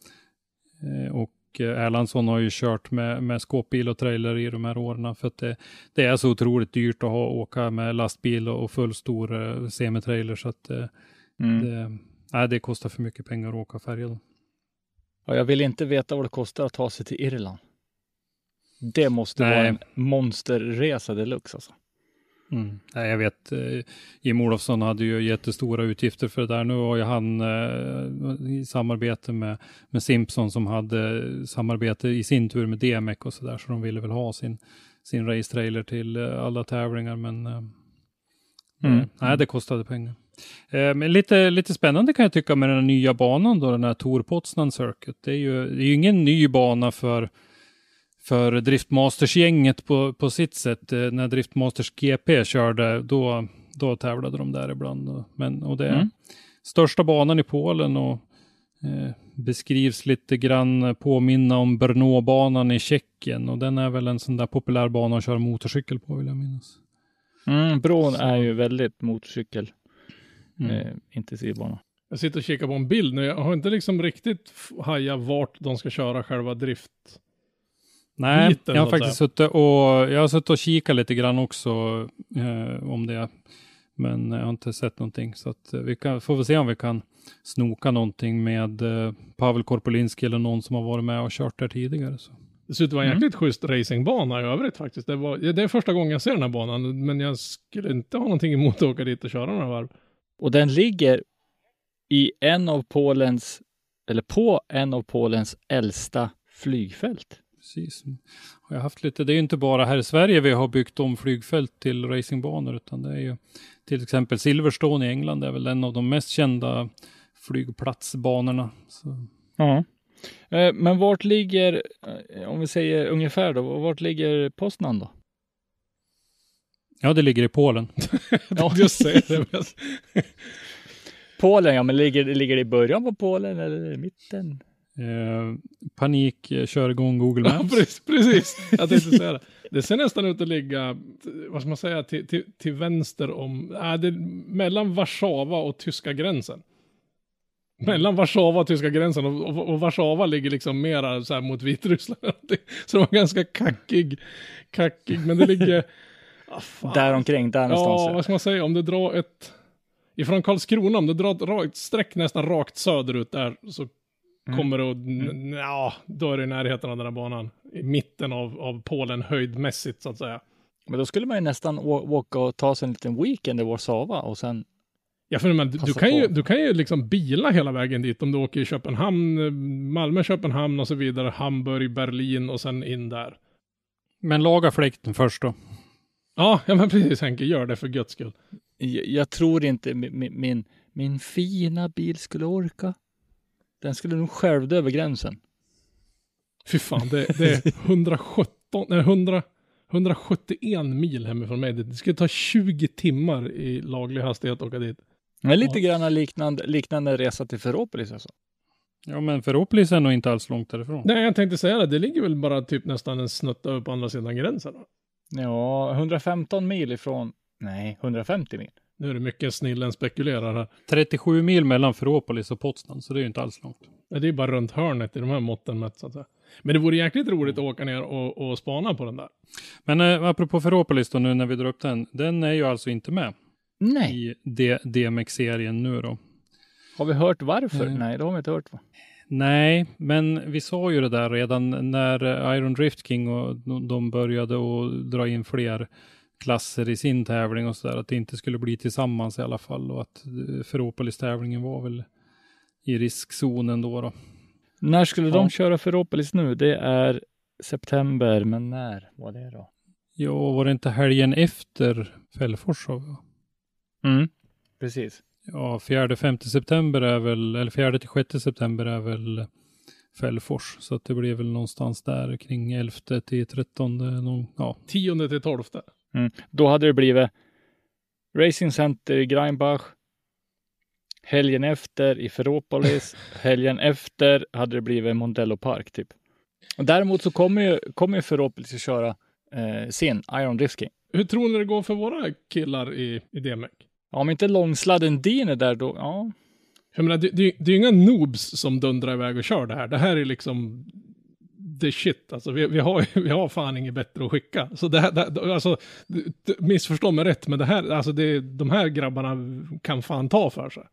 och Erlandsson har ju kört med skåpbil och trailer i de här åren för att det är så otroligt dyrt att åka med lastbil och fullstor semitrailer så att det kostar för mycket pengar att åka färja då. Ja, jag vill inte veta vad det kostar att ta sig till Irland. Det måste vara en monsterresa deluxe alltså. Mm. Nej, jag vet, Jim Olofsson hade ju jättestora utgifter för det där. Nu har ju han i samarbete med Simpson som hade samarbete i sin tur med DMEC och sådär. Så de ville väl ha sin race-trailer till alla tävlingar. Men nej, det kostade pengar. Men lite spännande kan jag tycka med den här nya banan då, den här Tor Poznan Circuit. Det är ju ingen ny bana för Driftmasters-gänget på sitt sätt. När Driftmasters GP körde, då tävlade de där ibland. Och det är största banan i Polen och beskrivs lite grann påminna om Brno-banan i Tjeckien. Och den är väl en sån där populär bana att köra motorcykel på, vill jag minnas. Bron är ju väldigt motorcykel. Intensiv bana. Jag sitter och kikar på en bild nu. Jag har inte liksom riktigt hajat vart de ska köra själva drift. Nej, jag har faktiskt suttit och kikat lite grann också om det. Men jag har inte sett någonting. Så att får vi se om vi kan snoka någonting med Pavel Korpolinski eller någon som har varit med och kört där tidigare. Så. Det ser ut att vara en jäkligt schysst racingbana i övrigt faktiskt. Det är första gången jag ser den här banan. Men jag skulle inte ha någonting emot att åka dit och köra några varv. Och den ligger på en av Polens äldsta flygfält. Precis. Jag har haft lite, det är ju inte bara här i Sverige vi har byggt om flygfält till racingbanor, utan det är ju till exempel Silverstone i England är väl en av de mest kända flygplatsbanorna. Så. Ja. Men vart ligger, om vi säger ungefär då, vart ligger Poznan då? Ja, det ligger i Polen. Ja, just säger det. Polen, ja, men ligger det i början på Polen eller i mitten? Panik, kör igång Google Maps. Ja, precis. Jag tänkte säga det. Det ser nästan ut att ligga, vad ska man säga, till vänster om, det mellan Warszawa och tyska gränsen. Mellan Warszawa och tyska gränsen och Warszawa ligger liksom mera så här mot Vitryssland. Så det var ganska kackig, men det ligger... Där omkring, där någonstans. Ja, vad ska man säga, om det drar ifrån Karlskrona, om det drar ett streck nästan rakt söderut där, så kommer det då är det i närheten av den här banan. I mitten av Polen höjdmässigt, så att säga. Men då skulle man ju nästan åka och ta sig en liten weekend i Warszawa och sen... Ja, för du kan ju liksom bila hela vägen dit om du åker i Köpenhamn, Malmö, Köpenhamn och så vidare, Hamburg, Berlin och sen in där. Men laga fläkten först då. Ja, men precis Henke, gör det för Guds skull. Jag tror inte min fina bil skulle orka. Den skulle nog själv över gränsen. Fy fan, det är 171 mil hemifrån mig. Det skulle ta 20 timmar i laglig hastighet att åka dit. Men lite grann liknande resa till Ferropolis alltså. Ja, men Ferropolis är nog inte alls långt därifrån. Nej, jag tänkte säga det. Det ligger väl bara typ nästan en snutta upp på andra sidan gränsen. Då. Ja, 115 mil ifrån... Nej, 150 mil. Nu är det mycket snillen spekulerar här. 37 mil mellan Ferropolis och Poznan, så det är ju inte alls långt. Ja, det är bara runt hörnet i de här måtten mätt, så att säga. Men det vore jäkligt roligt att åka ner och spana på den där. Men apropå Ferropolis då, nu när vi drar upp den är ju alltså inte med. Nej. I DMX-serien nu då. Har vi hört varför? Nej, det har vi inte hört, va? Nej, men vi sa ju det där redan när Iron Drift King och de började att dra in fler klasser i sin tävling och sådär, att det inte skulle bli tillsammans i alla fall, och att Ferropolis-tävlingen var väl i riskzonen då. När skulle de köra Ferropolis nu? Det är september, men när var det då? Ja, var det inte helgen efter Fällfors? Precis. Ja, 4-5 september är väl, eller 4-6 september är väl Fällfors. Så att det blir väl någonstans där kring 11-13. 10-12. Då hade det blivit Racing Center i Greinbach. Helgen efter i Ferropolis. Helgen efter hade det blivit Mondello Park typ. Och däremot så kommer ju Ferropolis att köra sin Iron Drift King. Hur tror ni det går för våra killar i DMX? Ja, om inte långsladden Dean är där då, ja. Jag menar, det är ju inga noobs som dundrar iväg och kör det här. Det här är liksom the shit. Alltså, vi har fan inget bättre att skicka. Så det här, alltså, missförstå mig rätt, men det här, alltså de här grabbarna kan fan ta för sig.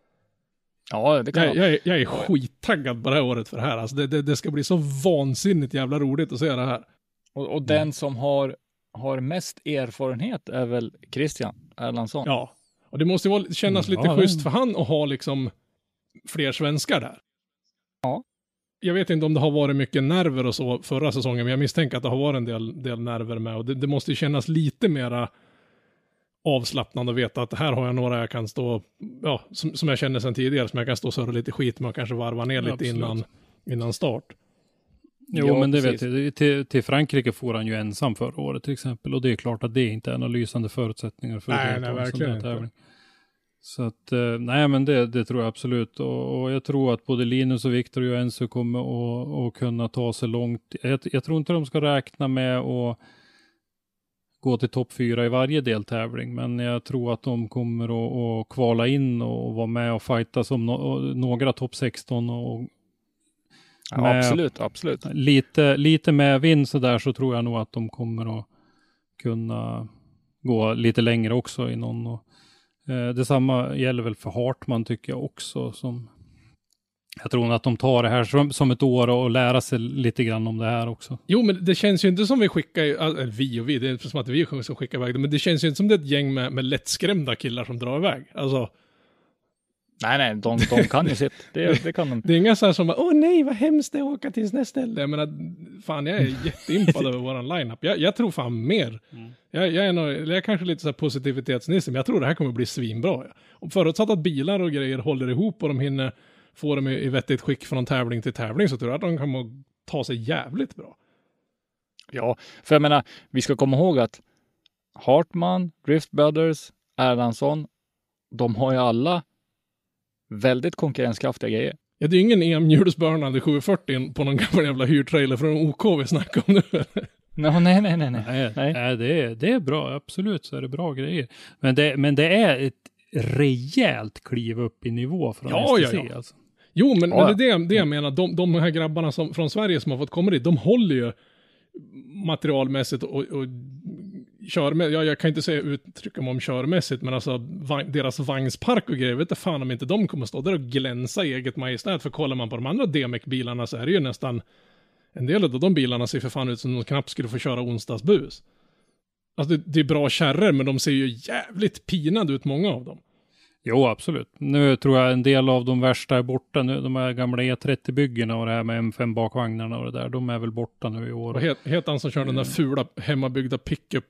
Ja, det kan jag är skittaggad på det här året för det här. Alltså, det ska bli så vansinnigt jävla roligt att se det här. Och den som har mest erfarenhet är väl Christian Erlandsson. Ja, och det måste ju kännas lite schysst för han att ha liksom fler svenskar där. Ja. Jag vet inte om det har varit mycket nerver och så förra säsongen, men jag misstänker att det har varit en del nerver med. Och det måste ju kännas lite mera avslappnande att veta att här har jag några jag kan stå, ja, som jag känner sedan tidigare, som jag kan stå och surra lite skit med och kanske varva ner lite innan start. Jo, men det precis. Vet jag. Till Frankrike får han ju ensam förra året till exempel. Och det är klart att det inte är några lysande förutsättningar för nej, verkligen inte. Tävling. Så att, nej men det tror jag absolut. Och jag tror att både Linus och Victor och Enzo kommer att kunna ta sig långt. Jag tror inte de ska räkna med att gå till topp 4 i varje deltävling. Men jag tror att de kommer att kvala in och vara med och fighta som några topp 16 och ja, absolut. Lite med vind så där, så tror jag nog att de kommer att kunna gå lite längre också i någon. Och, detsamma gäller väl för Hartman tycker jag också. Jag tror att de tar det här som ett år och lära sig lite grann om det här också. Jo, men det känns ju inte som vi skickar, det är som att vi ska skicka iväg det, men det känns ju inte som det är ett gäng med lättskrämda killar som drar iväg. Alltså, Nej, de kan ju sitt. Det kan de. Det är inga så här som åh nej, vad hemskt det är att åka till nästa ställe. Jag menar, fan, jag är jätteimpad över våran lineup. Jag tror fan mer. Jag är kanske lite så här positivitetsnisse, men jag tror det här kommer bli svinbra. Ja. Om förutsatt att bilar och grejer håller ihop och de hinner få dem i vettigt skick från tävling till tävling, så tror jag att de kommer ta sig jävligt bra. Ja, för jag menar, vi ska komma ihåg att Hartman, Drift Brothers, Erlandsson, de har ju alla väldigt konkurrenskraftiga grejer. Ja, det är ingen EM-hjulsbörnande 740 på någon gammal jävla hyrtrailer från OK vi snackar om nu. Nej. Nej, det är bra, absolut, så är det bra grejer. Men det är ett rejält kliv upp i nivå från STC. Ja. Alltså. Jo, men det är det jag menar. De här grabbarna från Sverige som har fått komma dit, de håller ju materialmässigt och jag kan inte uttrycka mig om körmässigt, men alltså deras vagnspark och grejer, vet inte fan om inte de kommer stå där och glänsa i eget majestät. För kollar man på de andra DMEC-bilarna så är det ju nästan en del av de bilarna ser för fan ut som de knappt skulle få köra onsdagsbus. Alltså det är bra kärror, men de ser ju jävligt pinade ut, många av dem. Jo, absolut. Nu tror jag en del av de värsta är borta nu. De här gamla E30-byggena och det här med M5 bakvagnarna och det där, de är väl borta nu i år. Och heter han som kör den där fula hemmabyggda pickup?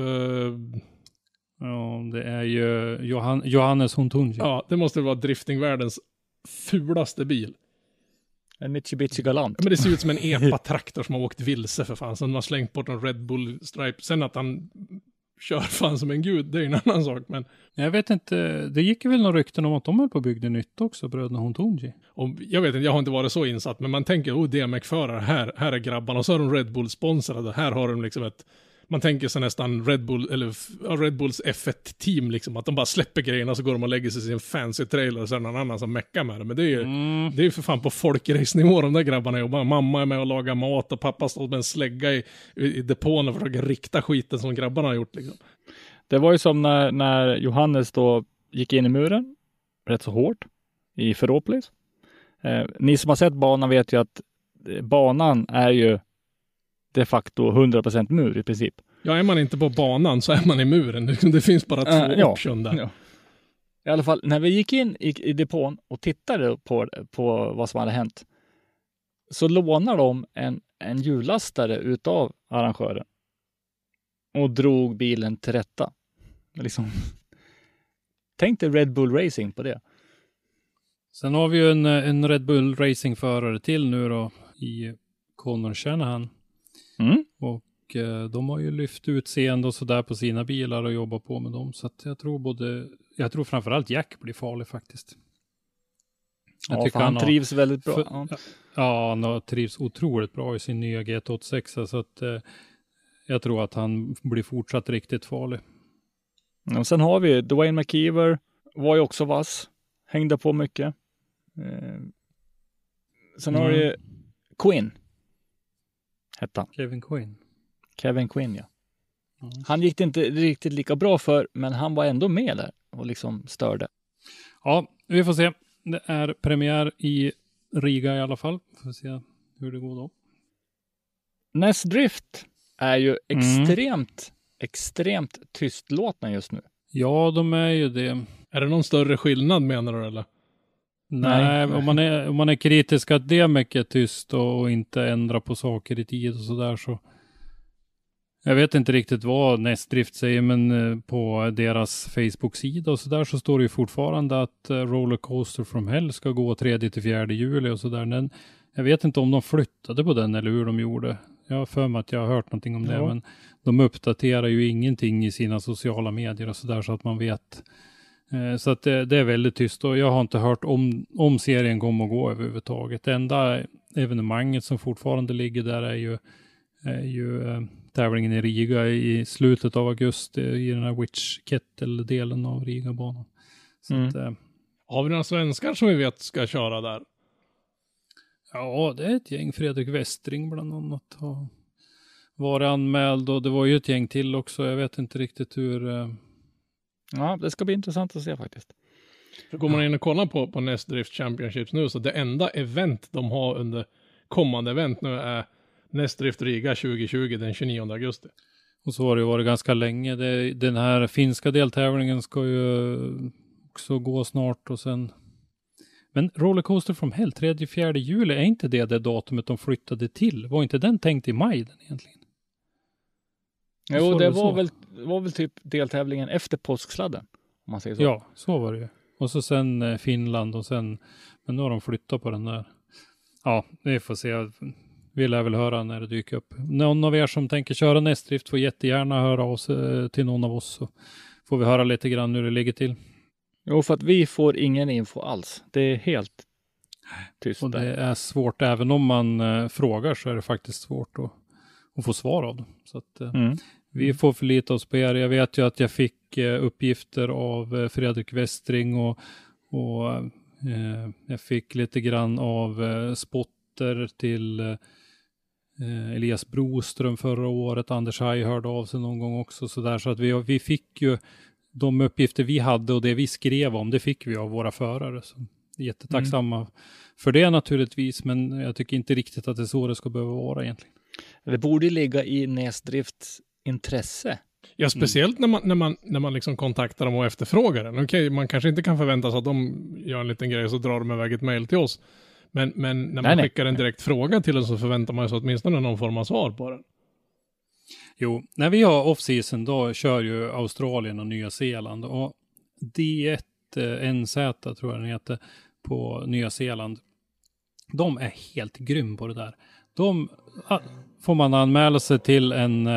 Ja, det är ju Johannes Hontunji. Ja, det måste vara driftingvärldens fulaste bil. En Mitsubishi Galant. Ja, men det ser ut som en EPA-traktor som har åkt vilse för fan. Sen har slängt bort en Red Bull Stripe. Sen att han kör fan som en gud, det är en annan sak. Men jag vet inte, det gick väl några rykten om att de höll på att bygga nytt också, bröderna Hontunji. Och jag vet inte, jag har inte varit så insatt, men man tänker, DMEC-förare, här är grabbarna, och så har de Red Bull-sponsrade, här har de liksom man tänker sig nästan Red Bulls F1-team liksom, att de bara släpper grejerna så går de och lägger sig i sin fancy trailer och så är det någon annan som meckar med det. Men det är ju för fan på folkrace-nivå de där grabbarna jobbar. Mamma är med och lagar mat och pappa står med en slägga i depån och försöker rikta skiten som grabbarna har gjort liksom. Det var ju som när Johannes då gick in i muren rätt så hårt i Ferropolis. Ni som har sett banan vet ju att banan är ju de facto 100% mur i princip. Ja, är man inte på banan så är man i muren. Det finns bara två option där. Ja. I alla fall, när vi gick in i depån och tittade på vad som hade hänt, så lånar de en hjullastare utav arrangören och drog bilen till rätta. Liksom. Tänk dig Red Bull Racing på det. Sen har vi ju en Red Bull Racing-förare till nu då i Connor Shanahan. Och de har ju lyft utseende och sådär på sina bilar och jobbat på med dem. Så att jag tror framförallt Jack blir farlig faktiskt. Han trivs väldigt bra. Han trivs otroligt bra i sin nya GT86. Så att jag tror att han blir fortsatt riktigt farlig. Och sen har vi Dwayne McKeever, var ju också vass. Hängde på mycket. Sen har vi Quinn. Hette han. Kevin Quinn, ja. Han gick det inte riktigt lika bra för, men han var ändå med där och liksom störde. Ja, vi får se. Det är premiär i Riga i alla fall. Får se hur det går då. Nest Drift är ju extremt tystlåtna just nu. Ja, de är ju det. Är det någon större skillnad menar du eller? Nej, om man är kritisk att det är mycket tyst och inte ändra på saker i tid och sådär så. Jag vet inte riktigt vad Nest Drift säger, men på deras Facebook-sida och sådär så står det ju fortfarande att Rollercoaster from Hell ska gå 3-4 juli och sådär. Men jag vet inte om de flyttade på den eller hur de gjorde. Jag har för mig att jag har hört någonting om det, men de uppdaterar ju ingenting i sina sociala medier och sådär så att man vet. Så att det är väldigt tyst och jag har inte hört om serien kommer att gå överhuvudtaget. Det enda evenemanget som fortfarande ligger där är ju tävlingen i Riga i slutet av augusti i den här Witch Kettle-delen av Riga-banan. Har vi några svenskar som vi vet ska köra där? Ja, det är ett gäng. Fredrik Westring bland annat har varit anmäld och det var ju ett gäng till också. Jag vet inte riktigt hur... Ja, det ska bli intressant att se faktiskt. För går man in och kollar på Nest Drift Championships nu så det enda event de har under kommande event nu är Nest Drift Riga 2020 den 29 augusti. Och så har det varit ganska länge. Den här finska deltävlingen ska ju också gå snart och sen Men Rollercoaster from Hell, 3-4 juli, är inte det datumet de flyttade till? Var inte den tänkt i maj den egentligen? Jo, det var väl typ deltävlingen efter påsksladden, om man säger så. Ja, så var det ju. Och så sen Finland och sen, men nu har de flyttat på den där. Ja, vi får se. Vi lär väl höra när det dyker upp. Någon av er som tänker köra nästdrift får jättegärna höra oss till någon av oss, så får vi höra lite grann hur det ligger till. Jo, för att vi får ingen info alls. Det är helt tyst. Och det är svårt, även om man frågar så är det faktiskt svårt att få svar av dem. Så att vi får förlita oss på er. Jag vet ju att jag fick uppgifter av Fredrik Westring och jag fick lite grann av spotter till Elias Broström förra året. Anders Haj hörde av sig någon gång också. Så att vi fick ju de uppgifter vi hade och det vi skrev om, det fick vi av våra förare. Så jättetacksamma för det naturligtvis, men jag tycker inte riktigt att det är så det ska behöva vara egentligen. Det borde ligga i nästdrifts intresse. Ja, speciellt när man liksom kontaktar dem och efterfrågar den. Okej, man kanske inte kan förvänta sig att de gör en liten grej så drar de iväg ett mejl till oss. Men när man skickar en direkt fråga till den så förväntar man sig åtminstone någon form av svar på den. Jo, när vi har off-season då kör ju Australien och Nya Zeeland. Och D1 NZ tror jag den heter på Nya Zeeland. De är helt grym på det där. De får man anmäla sig till en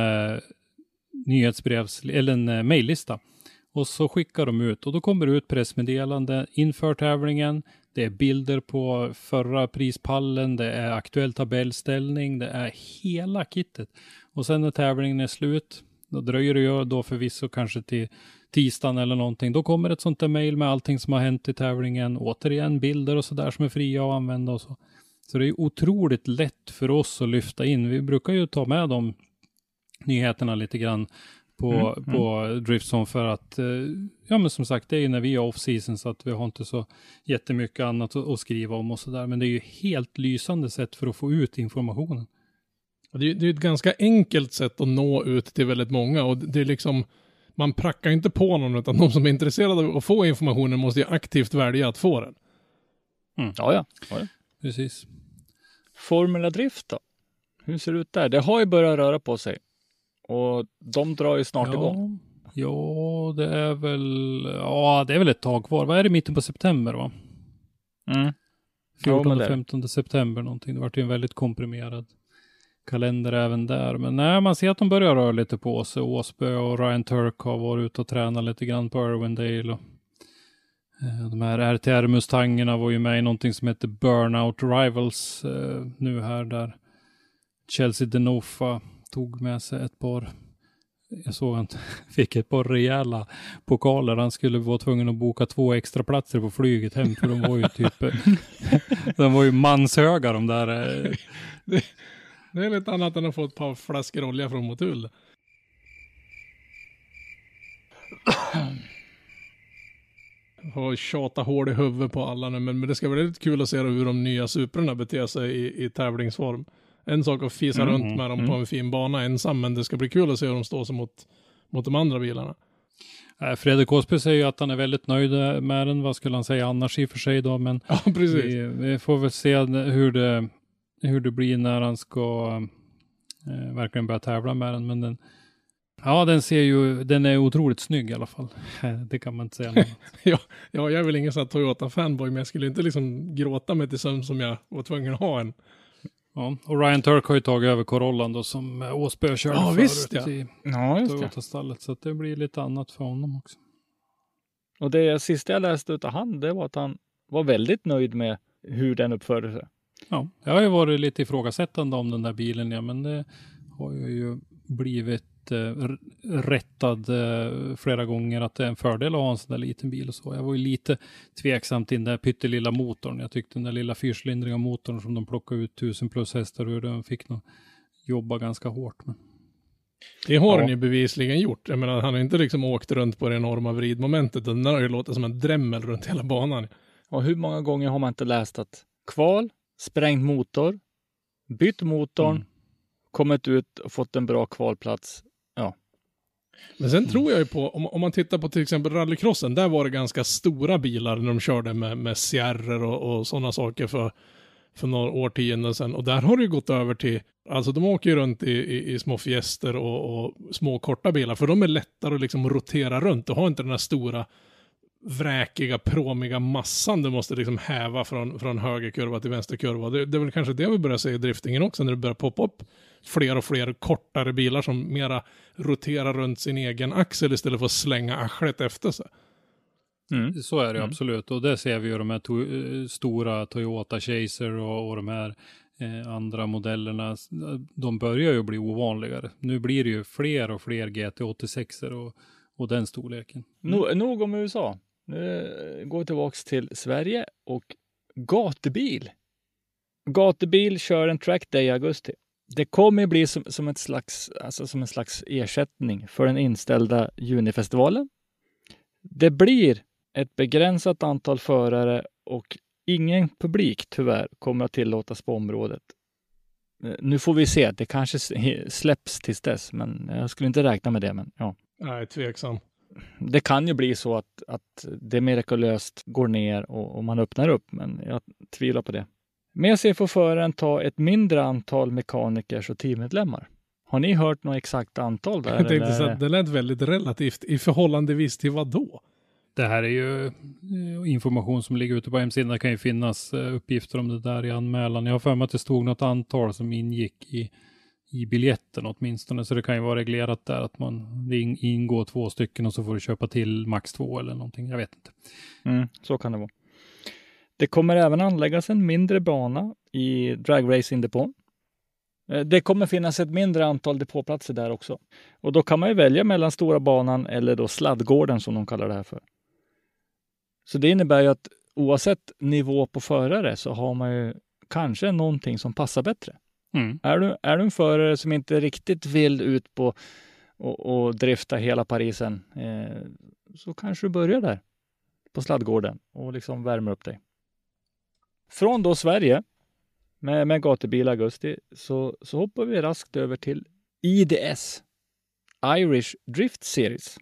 nyhetsbrevs eller en mejllista. Och så skickar de ut och då kommer det ut pressmeddelande inför tävlingen. Det är bilder på förra prispallen, det är aktuell tabellställning, det är hela kittet. Och sen när tävlingen är slut, då dröjer det ju då förvisso kanske till tisdagen eller någonting. Då kommer ett sånt där mejl med allting som har hänt i tävlingen. Återigen bilder och sådär som är fria att använda och så. Så det är otroligt lätt för oss att lyfta in. Vi brukar ju ta med de nyheterna lite grann på Driftzone för att, ja men som sagt, det är ju när vi är off-season så att vi har inte så jättemycket annat att skriva om och sådär. Men det är ju helt lysande sätt för att få ut informationen. Det är ett ganska enkelt sätt att nå ut till väldigt många och det är liksom, man prackar inte på någon utan de som är intresserade av att få informationen måste ju aktivt välja att få den. Ja. Precis. Formula Drift då? Hur ser det ut där? Det har ju börjat röra på sig. Och de drar ju snart igång. Ja, det är väl ett tag kvar. Vad är det, mitten på september va? 14-15 september någonting. Det var ju en väldigt komprimerad kalender även där. Men nej, man ser att de börjar röra lite på sig. Åsbö och Ryan Turk har varit ute och tränat lite grann på Irwindale. Och de här RTR-mustangerna var ju med i någonting som heter Burnout Rivals nu här där Chelsea Denofa tog med sig ett par, jag såg han fick ett par rejäla pokaler. Han skulle vara tvungen att boka 2 extra platser på flyget hem för de var ju typ de var ju manshöga de där. Det är lite annat än att få ett par flaskor olja från Motul. Och tjata hård i huvudet på alla nu, men det ska bli lite kul att se hur de nya Suprarna beter sig i tävlingsform. En sak att fisa runt med dem på en fin bana ensam, men det ska bli kul att se hur de står sig mot de andra bilarna. Fredrik Åsby säger ju att han är väldigt nöjd med den. Vad skulle han säga annars i och för sig då? Men ja, precis. Vi får väl se hur det blir när han ska verkligen börja tävla med den. Men den är otroligt snygg i alla fall. Det kan man inte säga något. ja, jag är väl ingen sån här Toyota-fanboy, men jag skulle inte liksom gråta mig till sömn som jag var tvungen att ha en. Ja, och Ryan Turk har ju tagit över Corollan då som Åsbö körde förut i Toyota-stallet. Så att det blir lite annat för honom också. Och det sista jag läste utav han, det var att han var väldigt nöjd med hur den uppförde sig. Ja, jag har ju varit lite ifrågasättande om den där bilen, ja, men det har ju blivit rättad flera gånger att det är en fördel att ha en sån där liten bil och så. Jag var ju lite tveksam till den där pyttelilla motorn. Jag tyckte den där lilla fyrcylindriga motorn som de plockade ut 1000 plus hästar ur, den fick nog jobba ganska hårt. Men... Det har den ju bevisligen gjort. Jag menar, han har inte liksom åkt runt på det enorma vridmomentet. Den har ju låtit som en drämmel runt hela banan. Och hur många gånger har man inte läst att kval, sprängt motor, bytt motorn, kommit ut och fått en bra kvalplats. Ja. Men sen tror jag ju på, om man tittar på till exempel rallycrossen, där var det ganska stora bilar när de körde med Sierror och sådana saker för några årtionden sedan. Och där har det ju gått över till, alltså de åker ju runt i små fiester och små korta bilar, för de är lättare att liksom rotera runt och har inte den här stora vräkiga, pråmiga massan du måste liksom häva från höger kurva till vänster kurva. Det är väl kanske det vi börjar se i driftingen också, när det börjar poppa upp fler och fler kortare bilar som mera roterar runt sin egen axel istället för att slänga arslet efter sig. Så är det absolut, och det ser vi ju de här stora Toyota Chaser och de här andra modellerna, de börjar ju bli ovanligare. Nu blir det ju fler och fler GT86 och den storleken. Nog om USA. Nu går vi tillbaka till Sverige och gatubil. Gatubil kör en track day i augusti. Det kommer bli som en slags ersättning för den inställda junifestivalen. Det blir ett begränsat antal förare och ingen publik tyvärr kommer att tillåtas på området. Nu får vi se, det kanske släpps tills dess, men jag skulle inte räkna med det. Men ja. Nej, tveksam. Det kan ju bli så att det mirakulöst går ner och man öppnar upp, men jag tvivlar på det. Med sig får föraren ta ett mindre antal mekanikers och teammedlemmar. Har ni hört något exakt antal där? Det lät väldigt relativt i förhållandevis till vad då? Det här är ju information som ligger ute på hemsidan. Det kan ju finnas uppgifter om det där i anmälan. Jag har för mig att det stod något antal som ingick i biljetten åtminstone. Så det kan ju vara reglerat där att det ingår 2 stycken och så får du köpa till max 2 eller någonting. Jag vet inte. Så kan det vara. Det kommer även anläggas en mindre bana i dragracing-depån. Det kommer finnas ett mindre antal depåplatser där också. Och då kan man ju välja mellan stora banan eller då sladdgården som de kallar det här för. Så det innebär ju att oavsett nivå på förare så har man ju kanske någonting som passar bättre. Är du en förare som inte riktigt vill ut på och drifta hela Parisen, så kanske du börjar där på sladdgården och liksom värmer upp dig. Från då Sverige med gatubil i augusti så hoppar vi raskt över till IDS, Irish Drift Series.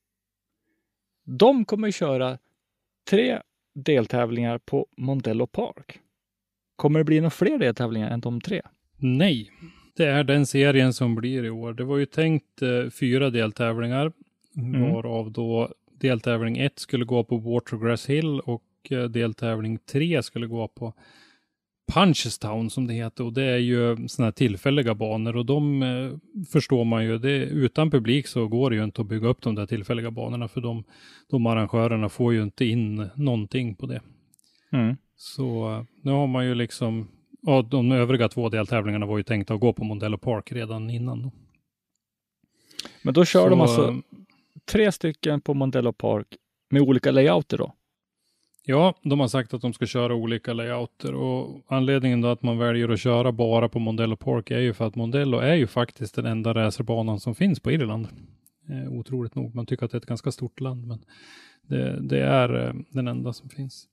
De kommer köra 3 deltävlingar på Mondello Park. Kommer det bli några fler deltävlingar än de 3? Nej, det är den serien som blir i år. Det var ju tänkt 4 deltävlingar, varav då deltävling 1 skulle gå på Watergrass Hill och deltävling 3 skulle gå på Punchestown som det heter, och det är ju såna här tillfälliga banor, och de förstår man ju, utan publik så går det ju inte att bygga upp de där tillfälliga banorna, för de arrangörerna får ju inte in någonting på det. Så nu har man ju liksom, de övriga 2 deltävlingarna var ju tänkta att gå på Mondello Park redan innan då. Men då kör de alltså 3 stycken på Mondello Park med olika layouter då? Ja, de har sagt att de ska köra olika layouter, och anledningen då att man väljer att köra bara på Mondello Park är ju för att Mondello är ju faktiskt den enda racerbanan som finns på Irland. Otroligt nog, man tycker att det är ett ganska stort land, men det är den enda som finns.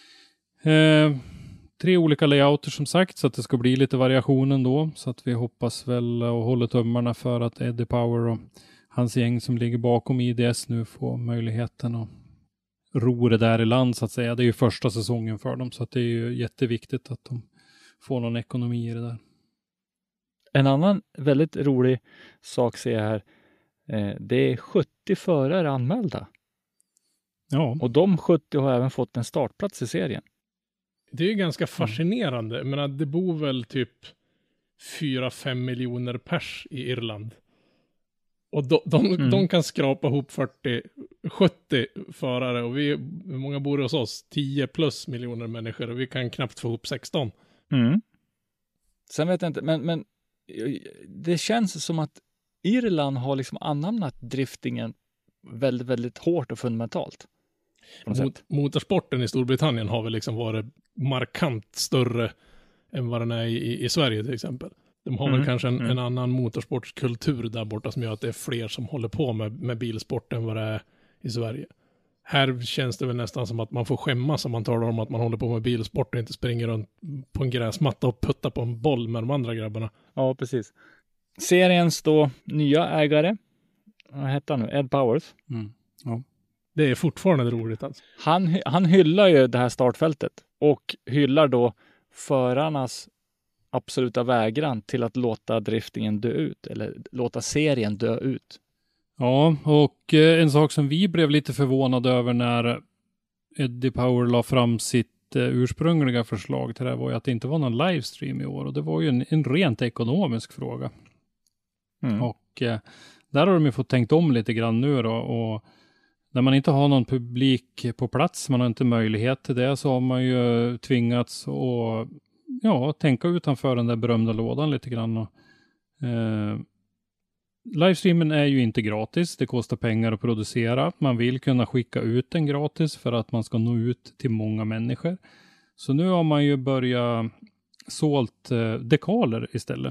3 olika layouter som sagt, så att det ska bli lite variation ändå, så att vi hoppas väl och håller tummarna för att Eddie Power och hans gäng som ligger bakom IDS nu får möjligheten att ro det där i land så att säga. Det är ju första säsongen för dem, så att det är ju jätteviktigt att de får någon ekonomi i det där. En annan väldigt rolig sak ser jag här. Det är 70 förare anmälda. Ja. Och de 70 har även fått en startplats i serien. Det är ju ganska fascinerande. Jag menar, det bor väl typ 4-5 miljoner pers i Irland. Och de kan skrapa ihop 40-70 förare, och hur många bor hos oss? 10 plus miljoner människor, och vi kan knappt få ihop 16. Sen vet jag inte, men det känns som att Irland har liksom anamnat driftingen väldigt, väldigt hårt och fundamentalt. Motorsporten i Storbritannien har väl liksom varit markant större än vad den är i Sverige till exempel. De har väl kanske en annan motorsportskultur där borta som gör att det är fler som håller på med bilsport än vad det är i Sverige. Här känns det väl nästan som att man får skämmas om man talar om att man håller på med bilsport och inte springer runt på en gräsmatta och puttar på en boll med de andra grabbarna. Ja, precis. Seriens då nya ägare vad heter han nu? Ed Powers. Ja. Det är fortfarande roligt alltså. Han hyllar ju det här startfältet och hyllar då förarnas absoluta vägran till att låta driftingen dö ut eller låta serien dö ut. Ja, och en sak som vi blev lite förvånade över när Eddie Power la fram sitt ursprungliga förslag till det här var ju att det inte var någon livestream i år, och det var ju en rent ekonomisk fråga. Och där har de ju fått tänkt om lite grann nu då, och när man inte har någon publik på plats, man har inte möjlighet till det, så har man ju tvingats att tänka utanför den där berömda lådan lite grann. Och, livestreamen är ju inte gratis, det kostar pengar att producera. Man vill kunna skicka ut den gratis för att man ska nå ut till många människor. Så nu har man ju börjat sålt dekaler istället.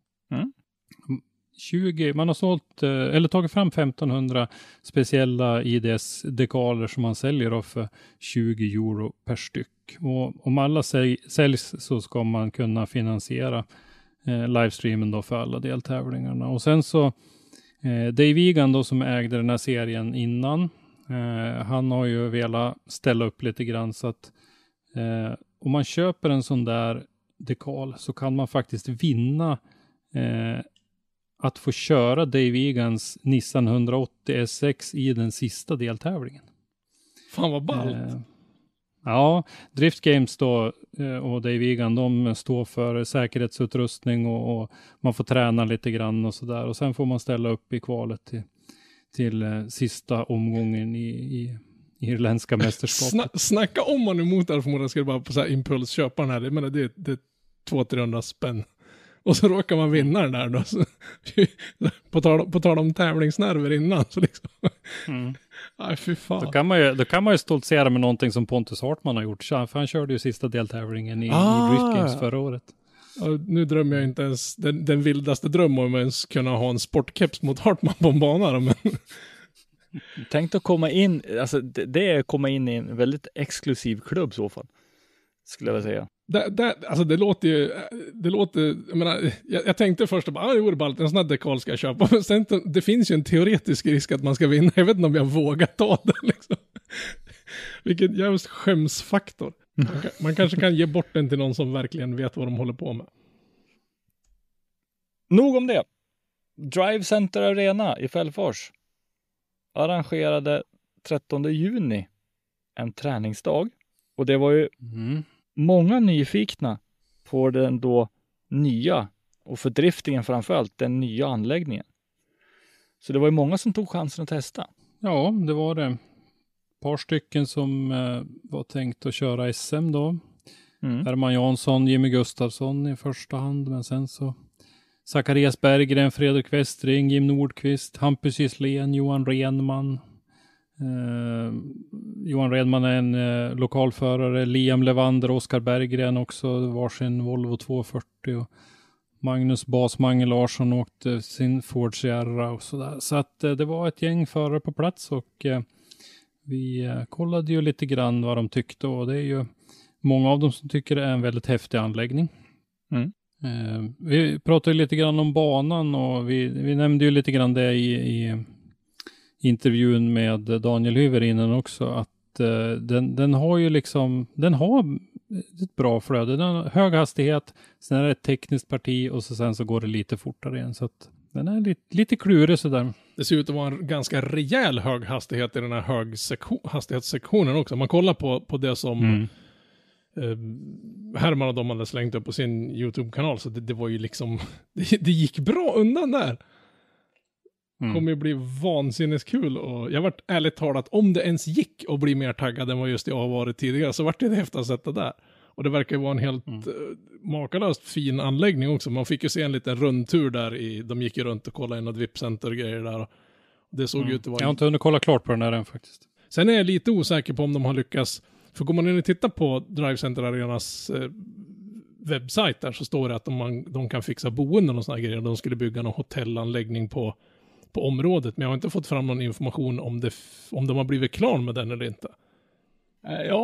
Man har sålt eller tagit fram 1500 speciella IDS-dekaler som man säljer då för 20 euro per styck. Och om alla säljs så ska man kunna finansiera livestreamen då för alla deltävlingarna. Och sen så Dave Egan då som ägde den här serien innan, han har ju velat ställa upp lite grann så att om man köper en sån där dekal så kan man faktiskt vinna att få köra Dave Egans Nissan 180 SX i den sista deltävlingen. Fan vad ballt. Ja, Drift Games då och Dave Egan, de står för säkerhetsutrustning och man får träna lite grann och sådär. Och sen får man ställa upp i kvalet till sista omgången i irländska mästerskapet. Snacka om man emot där förmodligen ska det bara på så här impuls köpa den här. Jag menar, det är 200-300 spänn. Och så råkar man vinna den där då. Så, på tal om tävlingsnerver innan. Så liksom. Aj, fy fan. Då kan man ju stoltsera med någonting som Pontus Hartman har gjort. För han körde ju sista deltävlingen i Drift Games förra året. Ja, nu drömmer jag inte ens den vildaste dröm om ens kunna ha en sportkeps mot Hartman på en bana. Men... Tänk att komma in, alltså det är att komma in i en väldigt exklusiv klubb i så fall. Skulle jag vilja säga. Alltså det låter, jag menar, jag tänkte först att det vore ballt, en sån här dekal ska jag köpa, men sen, det finns ju en teoretisk risk att man ska vinna, jag vet inte om jag vågar ta den liksom. Vilken jävligt skämsfaktor. Man kanske kan ge bort den till någon som verkligen vet vad de håller på med. Nog om det. Drive Center Arena i Fällfors arrangerade 13 juni en träningsdag, och det var ju många nyfikna på den då nya, och för driftingen framförallt, den nya anläggningen. Så det var ju många som tog chansen att testa. Ja, det var det. Ett par stycken som var tänkt att köra SM då. Herman Jansson, Jimmy Gustafsson i första hand, men sen så Zacharias Berggren, Fredrik Westring, Jim Nordqvist, Hampus Gislén, Johan Renman. Johan Redman är en lokalförare, Liam Levander, Oskar Berggren också, varsin Volvo 240, och Magnus Mange Larsson åkte sin Ford Sierra och sådär. Så att det var ett gäng förare på plats, och vi kollade ju lite grann vad de tyckte, och det är ju många av dem som tycker det är en väldigt häftig anläggning. Vi pratade lite grann om banan, och vi nämnde ju lite grann det i intervjun med Daniel Hyvärinen också, att den har ju liksom, den har ett bra flöde, den har hög hastighet, sen är det ett tekniskt parti, och sen så går det lite fortare igen, så att den är lite klurig sådär. Det ser ut att vara en ganska rejäl hög hastighet i den här hastighetssektionen också. Man kollar på det som Herman och de hade slängt upp på sin YouTube-kanal, så det var ju liksom det gick bra undan där. Kommer ju bli vansinneskul, och jag varit ärligt talat, om det ens gick att bli mer taggad än vad just jag har varit tidigare, så vart det häftigt att sätta där. Och det verkar ju vara en helt makalöst fin anläggning också. Man fick ju se en liten rundtur där de gick ju runt och kollade in något VIP-center och grejer där. Och det såg ut att vara... Jag har inte hunnit kolla klart på den här än faktiskt. Sen är jag lite osäker på om de har lyckats, för går man in och tittar på Drive Center Arenas webbsajt där, så står det att de kan fixa boenden och såna grejer. De skulle bygga någon hotellanläggning på området, men jag har inte fått fram någon information om de har blivit klar med den eller inte. Ja,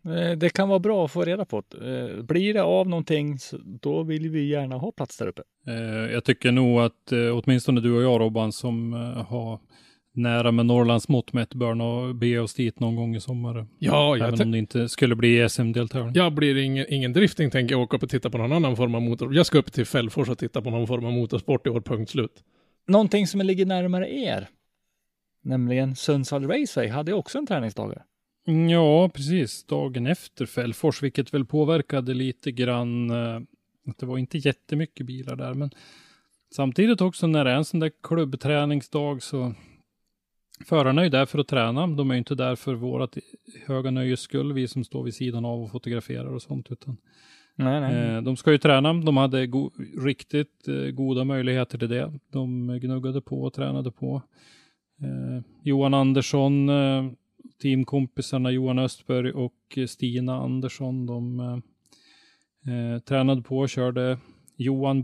Det kan vara bra att få reda på. Blir det av någonting, då vill vi gärna ha plats där uppe. Jag tycker nog att åtminstone du och jag, Robban, som har nära med Norrlands mått mätt, bör nog be oss dit någon gång i sommar. Ja, även om det inte skulle bli SM-deltagare. Jag blir ingen drifting, tänker jag åka upp och titta på någon annan form av motor. Jag ska upp till Fällfors och titta på någon form av motorsport i år, punkt slut. Någonting som ligger närmare er, nämligen Sundsvall Raceway, hade också en träningsdag. Ja, precis. Dagen efter Fällfors, vilket väl påverkade lite grann. Att det var inte jättemycket bilar där, men samtidigt också när det är en sån där klubbträningsdag så förarna är ju där för att träna. De är ju inte där för vårat höga nöjes skull, vi som står vid sidan av och fotograferar och sånt, utan nej. De ska ju träna. De hade riktigt goda möjligheter till det. De gnuggade på och tränade på. Johan Andersson, teamkompisarna Johan Östberg och Stina Andersson, de tränade på och körde. Johan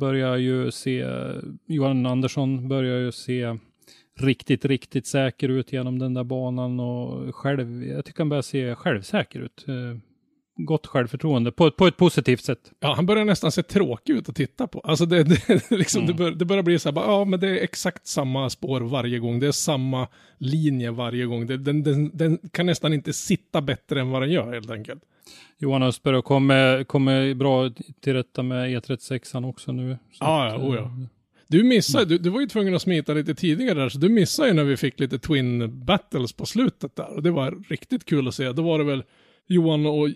Andersson börjar ju se riktigt säker ut genom den där banan, och jag tycker han börjar se självsäker ut. Gott självförtroende på ett positivt sätt. Ja, han börjar nästan se tråkig ut att titta på. Alltså det börjar bli så här, ja men det är exakt samma spår varje gång. Det är samma linje varje gång. Den kan nästan inte sitta bättre än vad den gör, helt enkelt. Johan Östberg kommer bra till rätta med E36an också nu. Ja. Du missade, du var ju tvungen att smita lite tidigare där, så du missade ju när vi fick lite twin battles på slutet där. Och det var riktigt kul att se. Då var det väl Johan och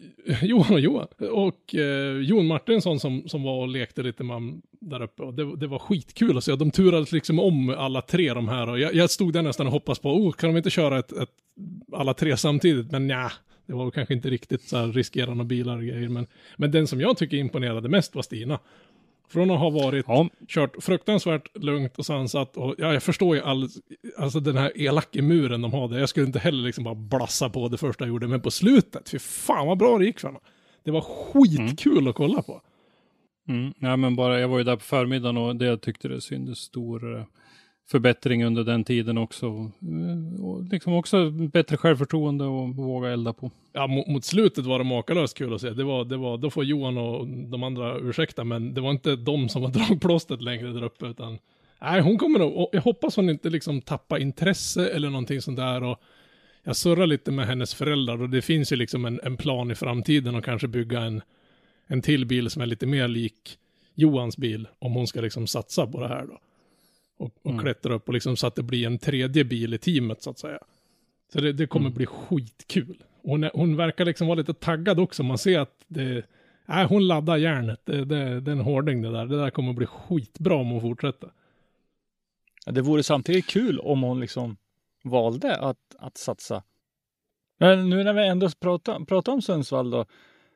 Jon Martinsson som var och lekte lite med där uppe. Och det var skitkul att se. De turades liksom om alla tre, de här. Och jag stod där nästan och hoppades på, kan de inte köra alla tre samtidigt? Men nja, det var kanske inte riktigt så här riskerande bilar och grejer. Men den som jag tycker imponerade mest var Stina. Från att ha kört fruktansvärt lugnt och sansat. Och jag förstår ju alltså den här elaka muren de hade. Jag skulle inte heller liksom bara blassa på det första jag gjorde. Men på slutet, fy fan vad bra det gick för henne. Det var skitkul att kolla på. Ja, men jag var ju där på förmiddagen och jag tyckte det syntes stor förbättring under den tiden också. Och liksom också bättre självförtroende och våga elda på. Ja, mot slutet var det makalöst kul att se. Då får Johan och de andra ursäkta, men det var inte de som var dragplåstet längre där uppe, utan nej, hon kommer nog, och jag hoppas hon inte liksom tappar intresse eller någonting sånt där. Och jag surrar lite med hennes föräldrar, och det finns ju liksom en plan i framtiden att kanske bygga en till bil som är lite mer lik Johans bil, om hon ska liksom satsa på det här då. Och klättra upp och liksom så att det blir en tredje bil i teamet, så att säga. Så det kommer bli skitkul. Hon verkar liksom vara lite taggad också. Man ser att hon laddar järnet. Det är en hårding det där. Det där kommer bli skitbra om hon fortsätter. Ja, det vore samtidigt kul om hon liksom valde att satsa. Men nu när vi ändå pratar om Sundsvall då.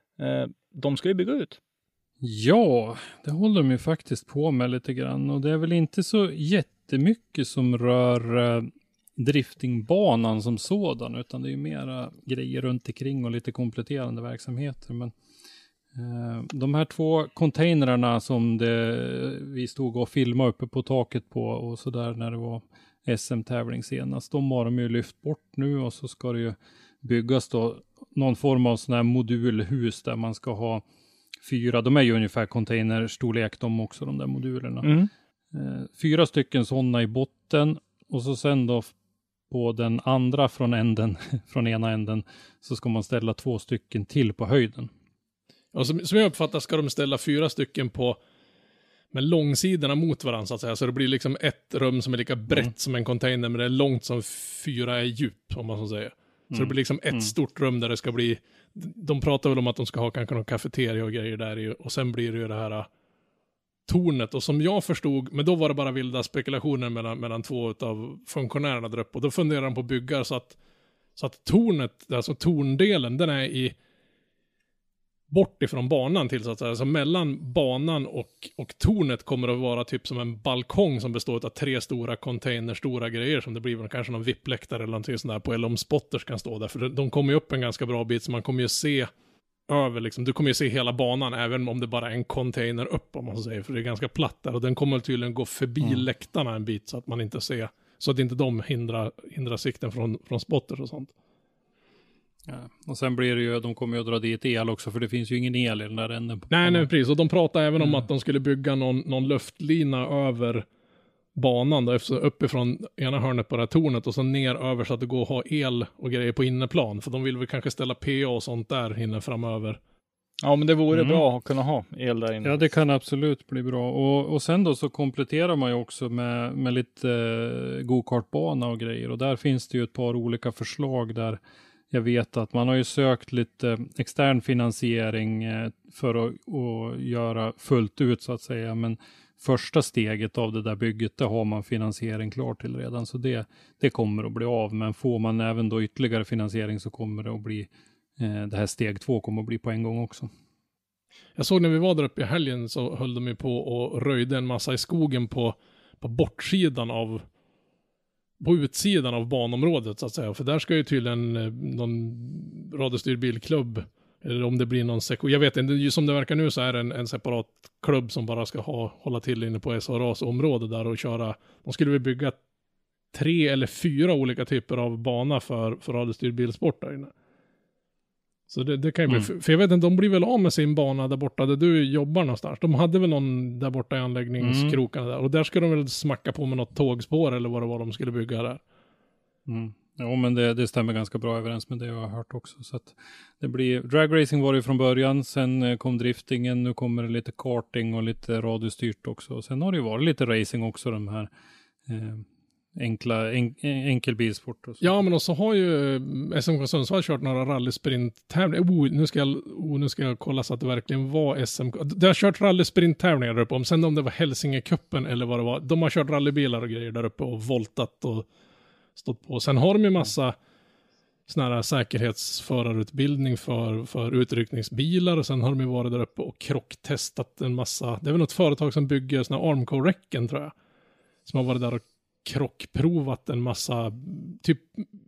De ska ju bygga ut. Ja, det håller de ju faktiskt på med lite grann. Och det är väl inte så jättemycket som rör driftingbanan som sådan, utan det är ju mera grejer runt omkring och lite kompletterande verksamheter. Men de här 2 containrarna som vi stod och filmade uppe på taket på och sådär när det var SM-tävling senast, de har de ju lyft bort nu, och så ska det ju byggas då någon form av sån här modulhus där man ska ha 4, de är ju ungefär containerstorlek de också, de där modulerna. 4 stycken sådana i botten, och så sen då på den andra från ena änden så ska man ställa 2 stycken till på höjden. Och som jag uppfattar ska de ställa 4 stycken med långsidorna mot varandra, så att säga. Så det blir liksom ett rum som är lika brett som en container, men det är långt som 4 är djup, om man så säger. Så det blir liksom ett stort rum där det ska bli, de pratar väl om att de ska ha kanske någon kafeteria och grejer där i, och sen blir det ju det här tornet, och som jag förstod, men då var det bara vilda spekulationer mellan 2 av funktionärerna där uppe, och då funderar de på byggar så att tornet, alltså torndelen, den är bort ifrån banan till, så att säga. Så mellan banan och tornet kommer att vara typ som en balkong som består av 3 stora containerstora grejer, som det blir kanske någon vippläktare eller någonting sånt där på, eller om spotters kan stå där, för de kommer ju upp en ganska bra bit, så man kommer ju se över liksom, du kommer ju se hela banan även om det bara är en container upp, om man så säger, för det är ganska platt där, och den kommer tydligen gå förbi läktarna en bit, så att man inte ser, så att inte de hindrar sikten från spotters och sånt. Ja. Och sen blir det ju, de kommer ju att dra dit el också, för det finns ju ingen el i den där änden. Nej, precis. Och de pratar även om att de skulle bygga någon luftlina över banan då, uppifrån ena hörnet på det här tornet och så ner över så att det går att ha el och grejer på inneplan. För de vill väl kanske ställa PA och sånt där inne framöver. Ja, men det vore bra att kunna ha el där inne. Ja, det kan absolut bli bra. Och sen då så kompletterar man ju också med lite go-kartbana och grejer. Och där finns det ju ett par olika förslag där. Jag vet att man har ju sökt lite extern finansiering för att göra fullt ut så att säga. Men första steget av det där bygget, det har man finansiering klar till redan. Så det kommer att bli av. Men får man även då ytterligare finansiering så kommer det att bli, det här steg 2 kommer att bli på en gång också. Jag såg när vi var där uppe i helgen så höll de ju på och röjde en massa i skogen på bortsidan av, på utsidan av banområdet så att säga. För där ska ju tydligen någon radiostyrd bilklubb, eller om det blir någon sektion, jag vet inte, just som det verkar nu så är det en separat klubb som bara ska hålla till inne på SRAs område där och köra. De skulle väl bygga 3 eller 4 olika typer av bana för radiostyrd bilsport där inne. Så det kan ju bli, för jag vet inte, de blir väl av med sin bana där borta där du jobbar någonstans. De hade väl någon där borta i anläggningskrokarna där. Och där ska de väl smacka på med något tågspår eller vad det var de skulle bygga där. Ja, men det stämmer ganska bra överens med det jag har hört också. Så att det blir, dragracing var det från början, sen kom driftingen, nu kommer det lite karting och lite radiostyrt också. Och sen har det ju varit lite racing också, de här enkel bilsport. Och så. Ja, men också har ju SMK Sundsvall kört några rallysprint-tävlingar. Nu ska jag kolla så att det verkligen var SMK. De har kört rallysprint-tävlingar där uppe. Om sen om det var Hälsingecupen eller vad det var. De har kört rallybilar och grejer där uppe och voltat och stått på. Sen har de ju massa såna här säkerhetsförarutbildning för utryckningsbilar. Och sen har de ju varit där uppe och krocktestat en massa. Det är väl något företag som bygger såna här Armco-räcken tror jag. Som har varit där och krockprovat en massa typ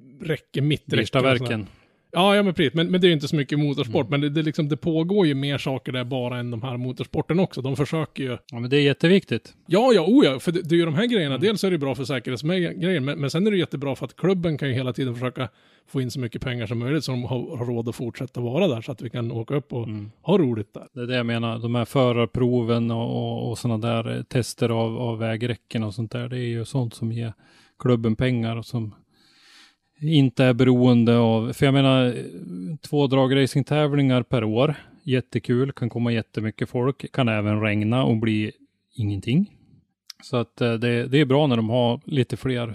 mitträcken. Ja, men precis. Men det är ju inte så mycket motorsport. Men det pågår ju mer saker där bara än de här motorsporten också. De försöker ju... Ja, men det är jätteviktigt. Ja. För det är ju de här grejerna. Dels är det bra för säkerhetsgrejer. Men sen är det jättebra för att klubben kan ju hela tiden försöka få in så mycket pengar som möjligt. Så de har råd att fortsätta vara där. Så att vi kan åka upp och ha roligt där. Det är det jag menar. De här förarproven och sådana där tester av vägräcken och sånt där. Det är ju sånt som ger klubben pengar och som inte är beroende av, för jag menar 2 dragracingtävlingar per år, jättekul, kan komma jättemycket folk, kan även regna och bli ingenting. Så att det är bra när de har lite fler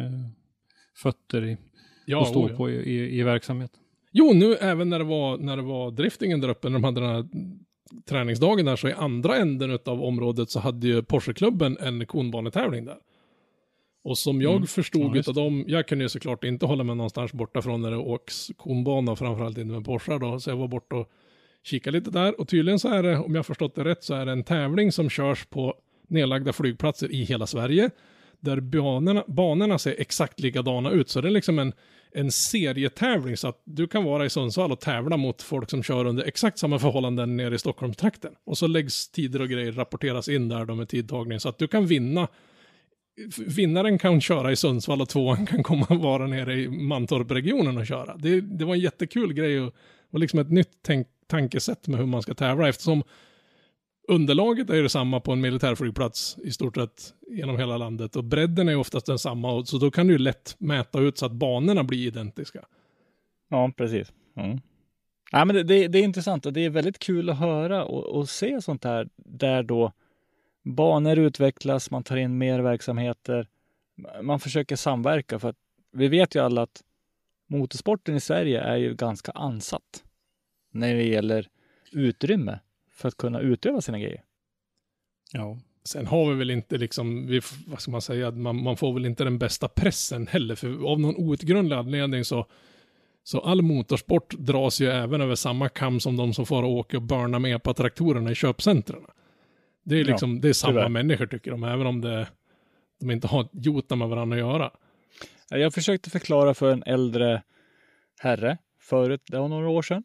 fötter att stå på i verksamhet. Jo, nu även när det var driftingen där uppe, när de hade den här träningsdagen där, så i andra änden av området så hade ju Porsche-klubben en konbanetävling där. Och som jag förstod utav dem, jag kunde ju såklart inte hålla mig någonstans borta från när det åks konbana, framförallt inte med Porsche då, så jag var borta och kikade lite där. Och tydligen så är det, om jag förstått det rätt, så är det en tävling som körs på nedlagda flygplatser i hela Sverige, där banorna ser exakt likadana ut. Så det är liksom en serietävling, så att du kan vara i Sundsvall och tävla mot folk som kör under exakt samma förhållanden nere i Stockholmstrakten. Och så läggs tider och grejer, rapporteras in där då med tidtagning, så att du kan vinna. Vinnaren kan köra i Sundsvall och 2:an kan komma och vara nere i Mantorp-regionen och köra. Det var en jättekul grej och liksom ett nytt tankesätt med hur man ska tävla, eftersom underlaget är det samma på en militärflygplats i stort sett genom hela landet och bredden är oftast densamma, och så då kan du ju lätt mäta ut så att banorna blir identiska. Ja, precis. Ja, men det är intressant och det är väldigt kul att höra och se sånt här där då banor utvecklas, man tar in mer verksamheter, man försöker samverka, för att vi vet ju alla att motorsporten i Sverige är ju ganska ansatt när det gäller utrymme för att kunna utöva sina grejer. Ja. Sen har vi väl inte liksom, vad ska man säga, man får väl inte den bästa pressen heller, för av någon outgrundlig anledning så all motorsport dras ju även över samma kam som de som får åka och börna med på traktorerna i köpcentren. Det är liksom, det är samma människor tycker de, även om de inte har gjort med varandra att göra. Jag försökte förklara för en äldre herre förut, det var några år sedan.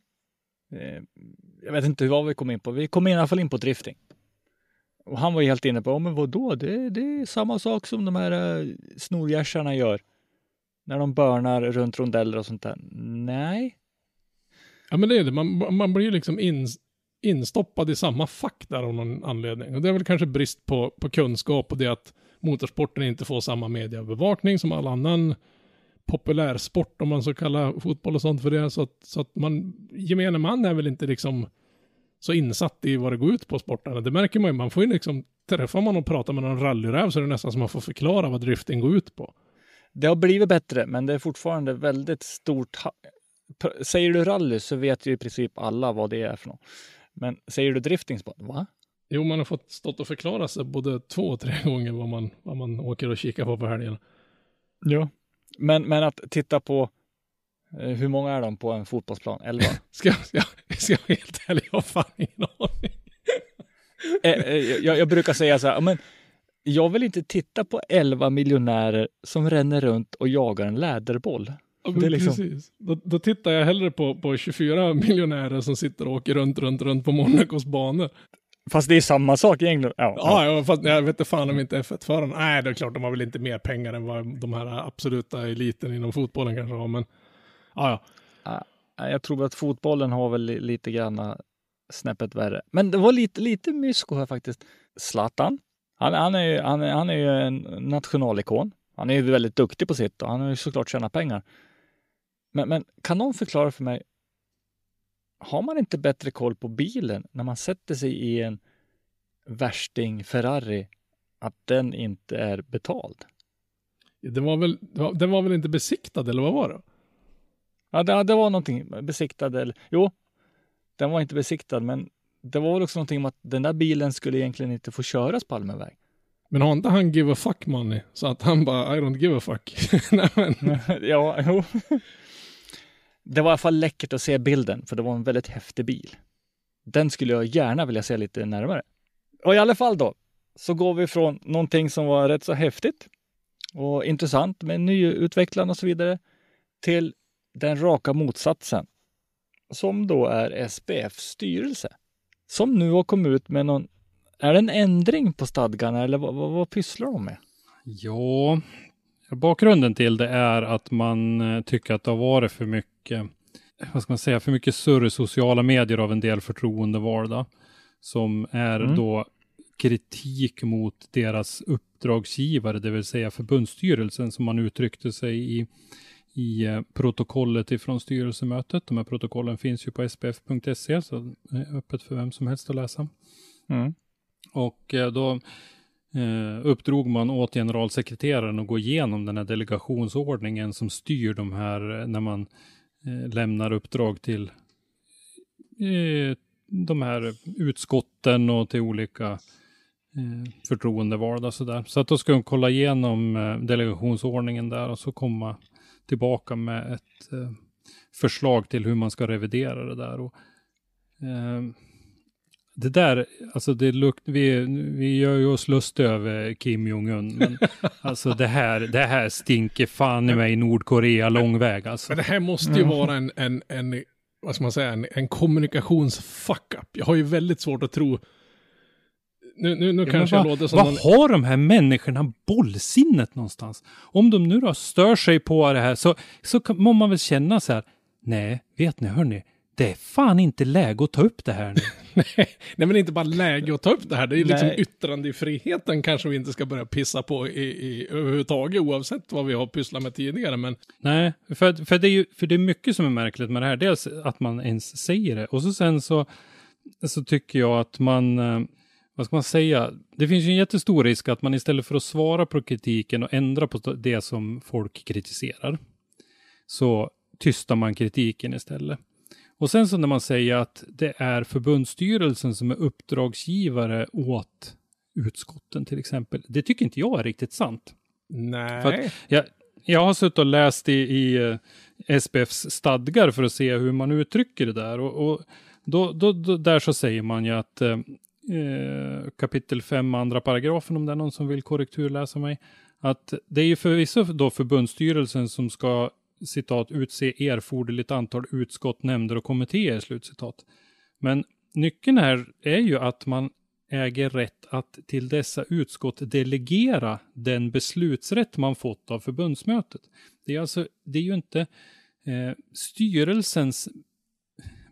Jag vet inte vad vi kom in på. Vi kom i alla fall in på drifting. Och han var ju helt inne på, men vadå? Det är samma sak som de här snorgärsarna gör. När de börnar runt rondeller och sånt där. Nej, Ja, men det är det. Man blir liksom instoppad i samma fack där av någon anledning. Och det är väl kanske brist på kunskap och det att motorsporten inte får samma mediebevakning som all annan populärsport, om man så kallar fotboll och sånt för det. Så att gemene man är väl inte liksom så insatt i vad det går ut på sportarna. Det märker man ju. Man får ju liksom, träffar man och pratar med någon rallyräv så är det nästan som man får förklara vad drifting går ut på. Det har blivit bättre, men det är fortfarande väldigt stort. Säger du rally så vet ju i princip alla vad det är för något. Men säger du driftingsport, va? Jo, man har fått stått och förklara sig både 2 och 3 gånger vad man åker och kikar på helgen. Ja. Men att titta på hur många är de på en fotbollsplan? 11? Ska jag helt ärlig, jag har fan ingen aning. Jag brukar säga så här, men jag vill inte titta på 11 miljonärer som ränner runt och jagar en läderboll. Ja, det är liksom... Precis. Då tittar jag hellre på 24 miljonärer som sitter och åker runt på Monacos banor. Fast det är samma sak egentligen. Ja, fast jag vet inte fan om inte F1-förarna. Nej, det är klart, de har väl inte mer pengar än vad de här absoluta eliten inom fotbollen kanske har, men ja. Jag tror att fotbollen har väl lite grann snäppet värre. Men det var lite mysko här faktiskt. Zlatan, han är ju en nationalikon. Han är ju väldigt duktig på sitt och han har ju såklart tjänat pengar. Men kan någon förklara för mig, har man inte bättre koll på bilen när man sätter sig i en värsting Ferrari att den inte är betald? Den var väl inte besiktad, eller vad var det? Ja, det var någonting besiktad. Jo, den var inte besiktad, men det var väl också någonting om att den där bilen skulle egentligen inte få köras på allmän väg. Men har inte han give a fuck money? Så att han bara, I don't give a fuck. Nej, men. Ja, jo. Det var i alla fall läckert att se bilden, för det var en väldigt häftig bil. Den skulle jag gärna vilja se lite närmare. Och i alla fall då, så går vi från någonting som var rätt så häftigt och intressant med nyutvecklande och så vidare till den raka motsatsen, som då är SPFs styrelse. Som nu har kommit ut med någon, är det en ändring på stadgarna eller vad pysslar de med? Ja, bakgrunden till det är att man tycker att det har varit för mycket, för mycket surr i sociala medier av en del förtroendevalda som är då kritik mot deras uppdragsgivare, det vill säga förbundsstyrelsen, som man uttryckte sig i protokollet ifrån styrelsemötet. De här protokollen finns ju på spf.se, så det är öppet för vem som helst att läsa. Och då uppdrog man åt generalsekreteraren att gå igenom den här delegationsordningen som styr de här, när man lämnar uppdrag till de här utskotten och till olika förtroendevalda sådär. Så att då ska de kolla igenom delegationsordningen där och så komma tillbaka med ett förslag till hur man ska revidera det där. Och det där, alltså vi gör ju oss lust över Kim Jong-un, men alltså det här stinker fan i mig i Nordkorea lång väg alltså. Men det här måste ju vara en vad ska man säga, en kommunikationsfuck-up. Jag har ju väldigt svårt att tro. Nu kanske jag låter som vad har de här människorna bollsinnet någonstans? Om de nu då stör sig på det här så må man väl känna så här, nej, vet ni, hörni, det är fan inte läge att ta upp det här nu. Nej, men inte bara läge att ta upp det här. Det är ju liksom yttrandefriheten kanske vi inte ska börja pissa på i överhuvudtaget, oavsett vad vi har pysslat med tidigare. Men... Nej, för det är mycket som är märkligt med det här. Dels att man ens säger det. Och så sen så tycker jag att man... vad ska man säga? Det finns ju en jättestor risk att man istället för att svara på kritiken och ändra på det som folk kritiserar, så tystar man kritiken istället. Och sen så när man säger att det är förbundsstyrelsen som är uppdragsgivare åt utskotten till exempel, det tycker inte jag är riktigt sant. Nej. För att jag har suttit och läst i SPFs stadgar för att se hur man uttrycker det där. Och då där så säger man ju att kapitel 5 andra paragrafen, om det är någon som vill korrekturläsa mig, att det är ju förvisso då förbundsstyrelsen som ska, citat, utse erforderligt antal utskott, nämnder och kommittéer, slutcitat. Men nyckeln här är ju att man äger rätt att till dessa utskott delegera den beslutsrätt man fått av förbundsmötet. Det är ju inte styrelsens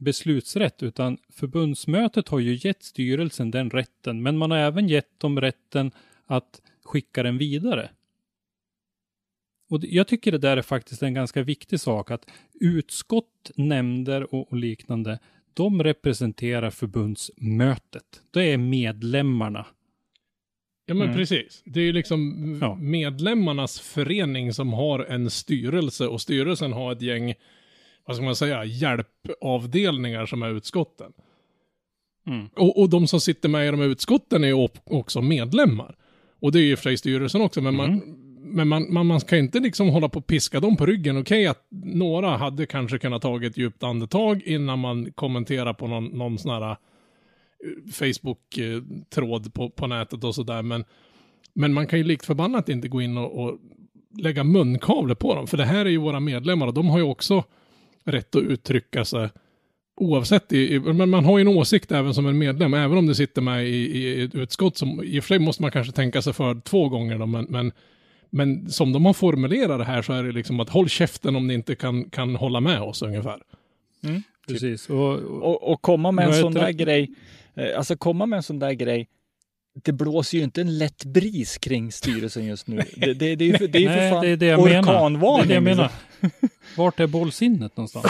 beslutsrätt, utan förbundsmötet har ju gett styrelsen den rätten, men man har även gett dem rätten att skicka den vidare. Och jag tycker det där är faktiskt en ganska viktig sak, att utskott, nämnder och liknande, de representerar förbundsmötet. Det är medlemmarna. Ja, men precis. Det är ju liksom medlemmarnas förening som har en styrelse, och styrelsen har ett gäng, vad ska man säga, hjälpavdelningar som är utskotten. Och de som sitter med i de här utskotten är också medlemmar. Och det är ju för sig styrelsen också, men man ska inte liksom hålla på och piska dem på ryggen. Okej, att några hade kanske kunnat ta ett djupt andetag innan man kommenterar på någon sån här Facebook-tråd på nätet och sådär. Men man kan ju likt förbannat inte gå in och lägga munkavle på dem. För det här är ju våra medlemmar, och de har ju också rätt att uttrycka sig oavsett. Men man har ju en åsikt även som en medlem, även om det sitter med i ett utskott som, i och för sig måste man kanske tänka sig för 2 gånger då, men som de har formulerat det här så är det liksom att håll käften om ni inte kan hålla med oss ungefär. Precis. Och komma med en sån där grej, alltså komma med en sån där grej, det blåser ju inte en lätt bris kring styrelsen just nu. Det är ju för fan orkanvarning. Det är det jag menar. Vart är bollsinnet någonstans?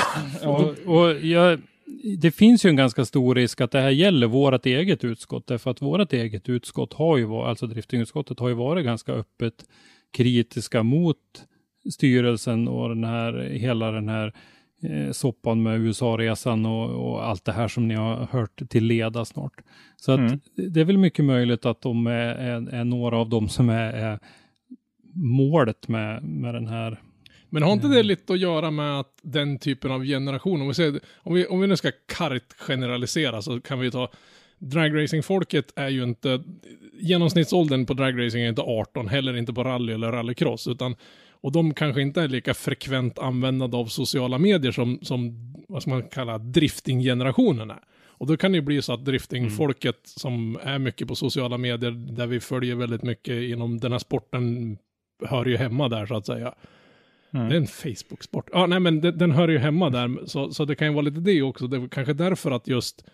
Det finns ju en ganska stor risk att det här gäller vårt eget utskott. Därför att vårt eget utskott har ju varit, alltså driftingutskottet har ju varit ganska öppet kritiska mot styrelsen och hela den här soppan med USA-resan och allt det här som ni har hört till leda snart. Så att det är väl mycket möjligt att de är några av dem som är målet med den här. Men har inte det lite att göra med att den typen av generation, om vi nu ska kargt generalisera, så kan vi ta dragracing-folket är ju inte, genomsnittsåldern på dragracing är inte 18, heller inte på rally eller rallycross, och de kanske inte är lika frekvent användande av sociala medier som vad ska man kalla drifting-generationen är. Och då kan det ju bli så att drifting-folket som är mycket på sociala medier, där vi följer väldigt mycket inom den här sporten, hör ju hemma där så att säga. Det är en Facebook-sport. Ja, nej, men den hör ju hemma där, så det kan ju vara lite det också. Det är kanske därför att just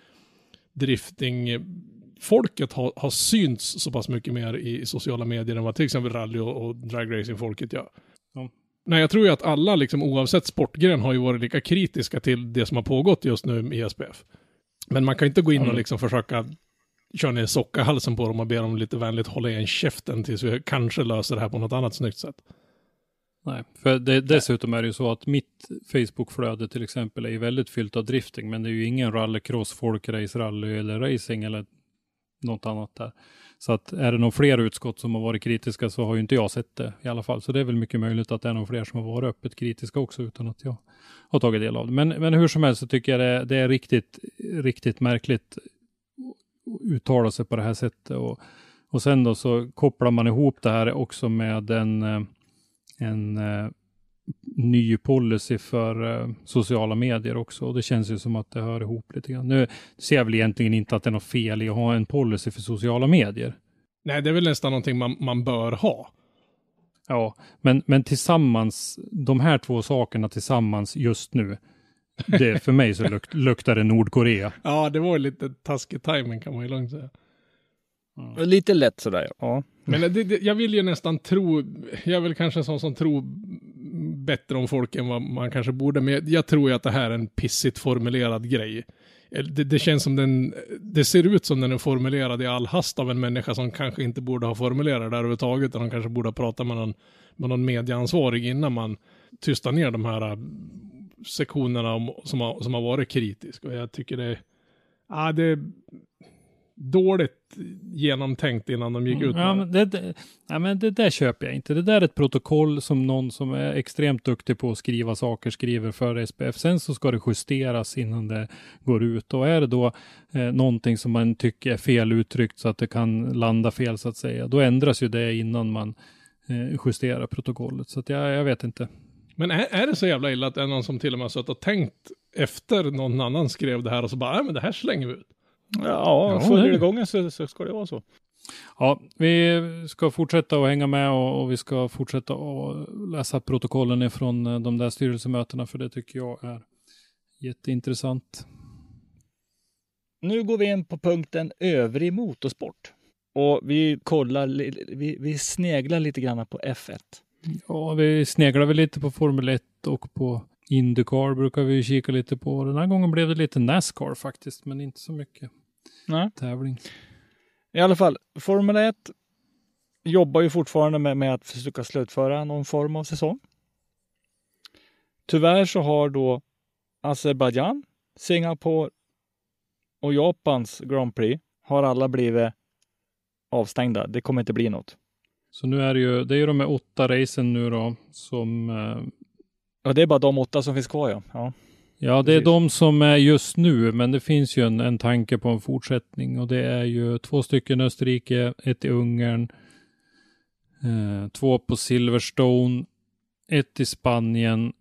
drifting-folket har synts så pass mycket mer i sociala medier än vad till exempel rally och dragracing-folket gör. Nej, jag tror ju att alla, liksom, oavsett sportgren, har ju varit lika kritiska till det som har pågått just nu i SPF. Men man kan inte gå in och liksom försöka köra ner sockahalsen på dem och be dem lite vänligt hålla igen käften tills vi kanske löser det här på något annat snyggt sätt. Nej, för dessutom är det ju så att mitt Facebook-flöde till exempel är ju väldigt fyllt av drifting, men det är ju ingen rallycross, folkrace, rally eller racing eller något annat där. Så att är det någon fler utskott som har varit kritiska, så har ju inte jag sett det i alla fall. Så det är väl mycket möjligt att det är någon fler som har varit öppet kritiska också utan att jag har tagit del av det. Men hur som helst så tycker jag det är riktigt, riktigt märkligt att uttala sig på det här sättet. Och sen då så kopplar man ihop det här också med en ny policy för sociala medier också. Och det känns ju som att det hör ihop lite grann. Nu ser jag väl egentligen inte att det är något fel i att ha en policy för sociala medier. Nej, det är väl nästan någonting man bör ha. Ja, men tillsammans, de här 2 sakerna tillsammans just nu, det för mig så luktar det Nordkorea. Ja, det var lite taskig timing kan man ju långt säga. Lite lätt sådär, ja. Men jag vill ju nästan tro, jag är väl kanske en sån som tror bättre om folk än vad man kanske borde, men jag tror ju att det här är en pissigt formulerad grej. Det känns som det ser ut som den är formulerad i all hast av en människa som kanske inte borde ha formulerat det överhuvudtaget, utan de kanske borde ha pratat med någon medieansvarig innan man tystar ner de här sektionerna som har varit kritisk. Och jag tycker det är dåligt genomtänkt innan de gick ut med men det där köper jag inte. Det där är ett protokoll som någon som är extremt duktig på att skriva saker skriver för SPF. Sen så ska det justeras innan det går ut. Och är det då någonting som man tycker är fel uttryckt så att det kan landa fel så att säga, då ändras ju det innan man justerar protokollet. Så att jag vet inte. Men är det så jävla illa att det är någon som till och med har tänkt efter någon annan skrev det här och så bara, men det här slänger vi ut. Ja, följer det gången så ska det vara så. Ja, vi ska fortsätta att hänga med och vi ska fortsätta att läsa protokollen ifrån de där styrelsemötena, för det tycker jag är jätteintressant. nu går vi in på punkten övrig motorsport. Och vi sneglar lite grann på F1. Ja, vi sneglar väl lite på Formel 1 och på IndyCar brukar vi kika lite på. Den här gången blev det lite NASCAR faktiskt, men inte så mycket tävling. I alla fall, Formel 1 jobbar ju fortfarande med att försöka slutföra någon form av säsong. Tyvärr så har då Azerbaijan, Singapore och Japans Grand Prix har alla blivit avstängda. Det kommer inte bli något. Så nu är det är ju de här 8 racen nu då som... Ja, det är bara de 8 som finns kvar, ja. Ja, det är de som är just nu, men det finns ju en tanke på en fortsättning och det är ju 2 stycken i Österrike, 1 i Ungern, 2 på Silverstone, 1 i Spanien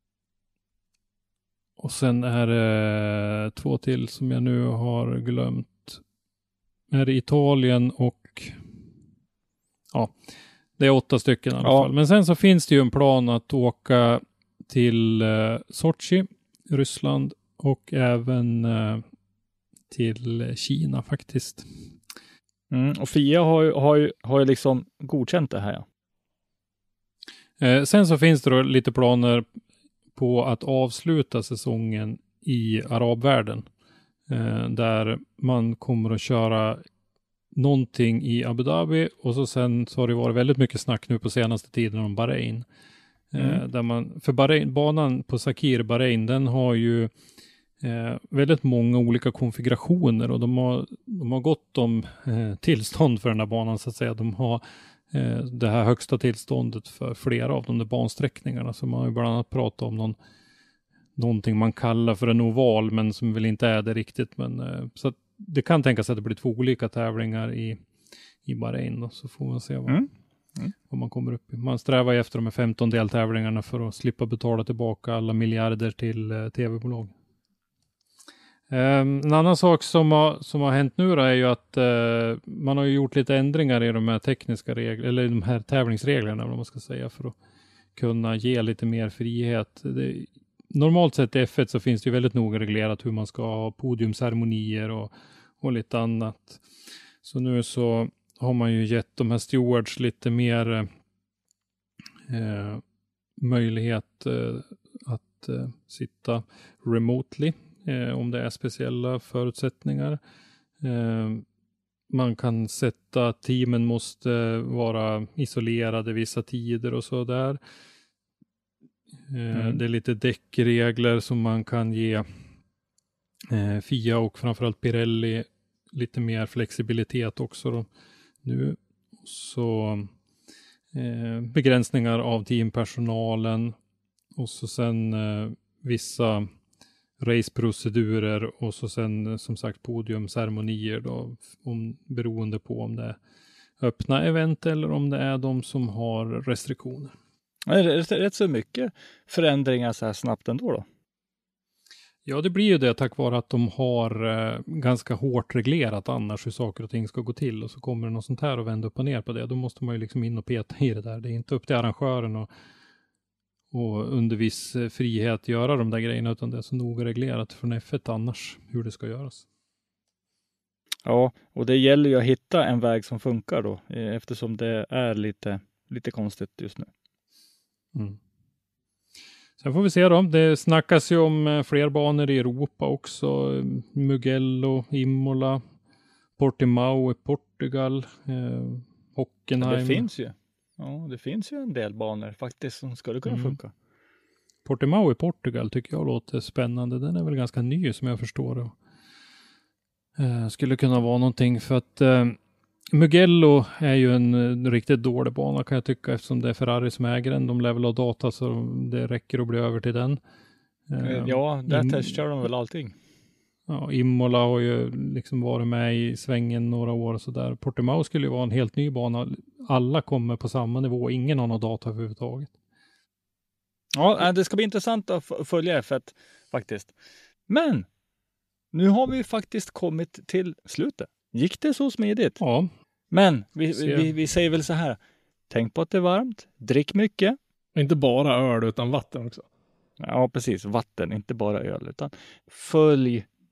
och sen är det 2 till som jag nu har glömt. Är det Italien och ja, det är 8 stycken i alla fall. Men sen så finns det ju en plan att åka till Sochi, Ryssland och även till Kina faktiskt. Och FIA har ju liksom godkänt det här. Ja. Sen så finns det då lite planer på att avsluta säsongen i arabvärlden. Där man kommer att köra någonting i Abu Dhabi och så sen så har det varit väldigt mycket snack nu på senaste tiden om Bahrain. För Bahrain, banan på Sakir Bahrain, den har ju väldigt många olika konfigurationer och de har gått om tillstånd för den här banan så att säga. De har det här högsta tillståndet för flera av de där bansträckningarna, så man har ju bland annat pratat om någonting man kallar för en oval men som väl inte är det riktigt, men så att det kan tänkas att det blir 2 olika tävlingar i Bahrain då, så får man se vad man kommer upp i. Man strävar efter de här 15 deltävlingarna för att slippa betala tillbaka alla miljarder till tv-bolag. En annan sak som har hänt nu då är ju att man har gjort lite ändringar i de här tekniska reglerna, eller de här tävlingsreglerna vad man ska säga, för att kunna ge lite mer frihet. Normalt sett i F1 så finns det ju väldigt noga reglerat hur man ska ha podiumceremonier och lite annat. Så nu så har man ju gett de här stewards lite mer möjlighet att sitta remotely om det är speciella förutsättningar. Man kan sätta teamen måste vara isolerade vissa tider och så där. Det är lite däckregler som man kan ge FIA och framförallt Pirelli lite mer flexibilitet också då. Nu så begränsningar av teampersonalen och så sen vissa raceprocedurer och så sen som sagt podiumceremonier då, beroende på om det är öppna event eller om det är de som har restriktioner. Är det rätt så mycket förändringar så här snabbt ändå då? Ja, det blir ju det tack vare att de har ganska hårt reglerat annars hur saker och ting ska gå till, och så kommer det något sånt här och vända upp och ner på det. Då måste man ju liksom in och peta i det där. Det är inte upp till arrangören och under viss frihet göra de där grejerna, utan det är så noga reglerat från F1 annars hur det ska göras. Ja, och det gäller ju att hitta en väg som funkar då, eftersom det är lite konstigt just nu. Sen får vi se då. Det snackas ju om fler banor i Europa också. Mugello, Imola, Portimao i Portugal, Hockenheim. Det finns ju en del banor faktiskt som skulle kunna funka. Portimao i Portugal tycker jag låter spännande. Den är väl ganska ny som jag förstår det. Skulle kunna vara någonting för att Mugello är ju en riktigt dålig bana kan jag tycka, eftersom det är Ferrari som äger den. De lär väl ha data så det räcker att bli över till den. Ja, där testar de väl allting. Ja, Imola har ju liksom varit med i svängen några år och sådär. Portimao skulle ju vara en helt ny bana. Alla kommer på samma nivå. Ingen har någon data överhuvudtaget. Ja, det ska bli intressant att följa F1 faktiskt. Men nu har vi faktiskt kommit till slutet. Gick det så smidigt? Ja. Men vi säger väl så här. Tänk på att det är varmt. Drick mycket. Inte bara öl utan vatten också. Ja, precis. Vatten, inte bara öl. Utan följ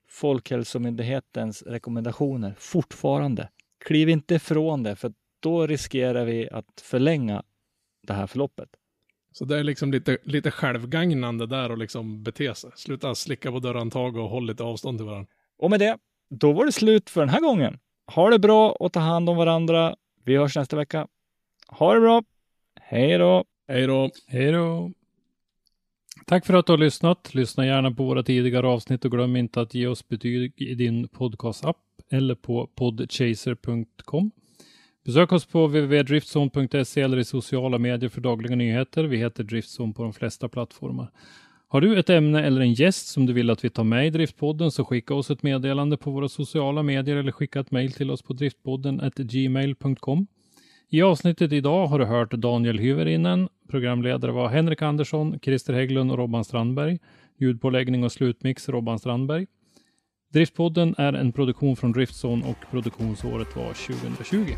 Folkhälsomyndighetens rekommendationer fortfarande. Kliv inte ifrån det, för då riskerar vi att förlänga det här förloppet. Så det är liksom lite självgagnande där och liksom bete sig. Sluta slicka på dörrantag och håll lite avstånd till varandra. Och med det, då var det slut för den här gången. Ha det bra och ta hand om varandra. Vi hörs nästa vecka. Ha det bra. Hej då. Hej då. Hej då. Tack för att du har lyssnat. Lyssna gärna på våra tidigare avsnitt och glöm inte att ge oss betyg i din podcast-app eller på podchaser.com. Besök oss på www.driftzone.se eller i sociala medier för dagliga nyheter. Vi heter Driftzone på de flesta plattformar. Har du ett ämne eller en gäst som du vill att vi tar med i Driftpodden, så skicka oss ett meddelande på våra sociala medier eller skicka ett mejl till oss på driftpodden@gmail.com. I avsnittet idag har du hört Daniel Hyvärinen. Programledare var Henrik Andersson, Christer Hägglund och Robban Strandberg. Ljudpåläggning och slutmix Robban Strandberg. Driftpodden är en produktion från Driftzone och produktionsåret var 2020.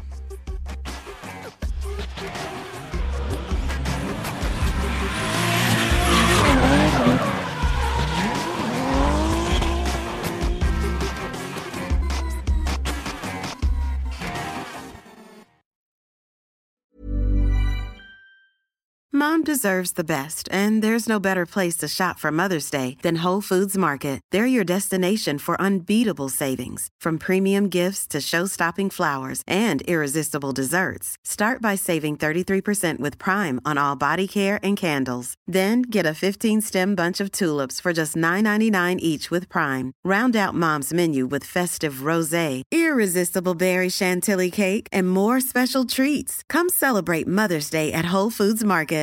Mom deserves the best, and there's no better place to shop for Mother's Day than Whole Foods Market. They're your destination for unbeatable savings, from premium gifts to show-stopping flowers and irresistible desserts. Start by saving 33% with Prime on all body care and candles. Then get a 15-stem bunch of tulips for just $9.99 each with Prime. Round out Mom's menu with festive rosé, irresistible berry chantilly cake, and more special treats. Come celebrate Mother's Day at Whole Foods Market.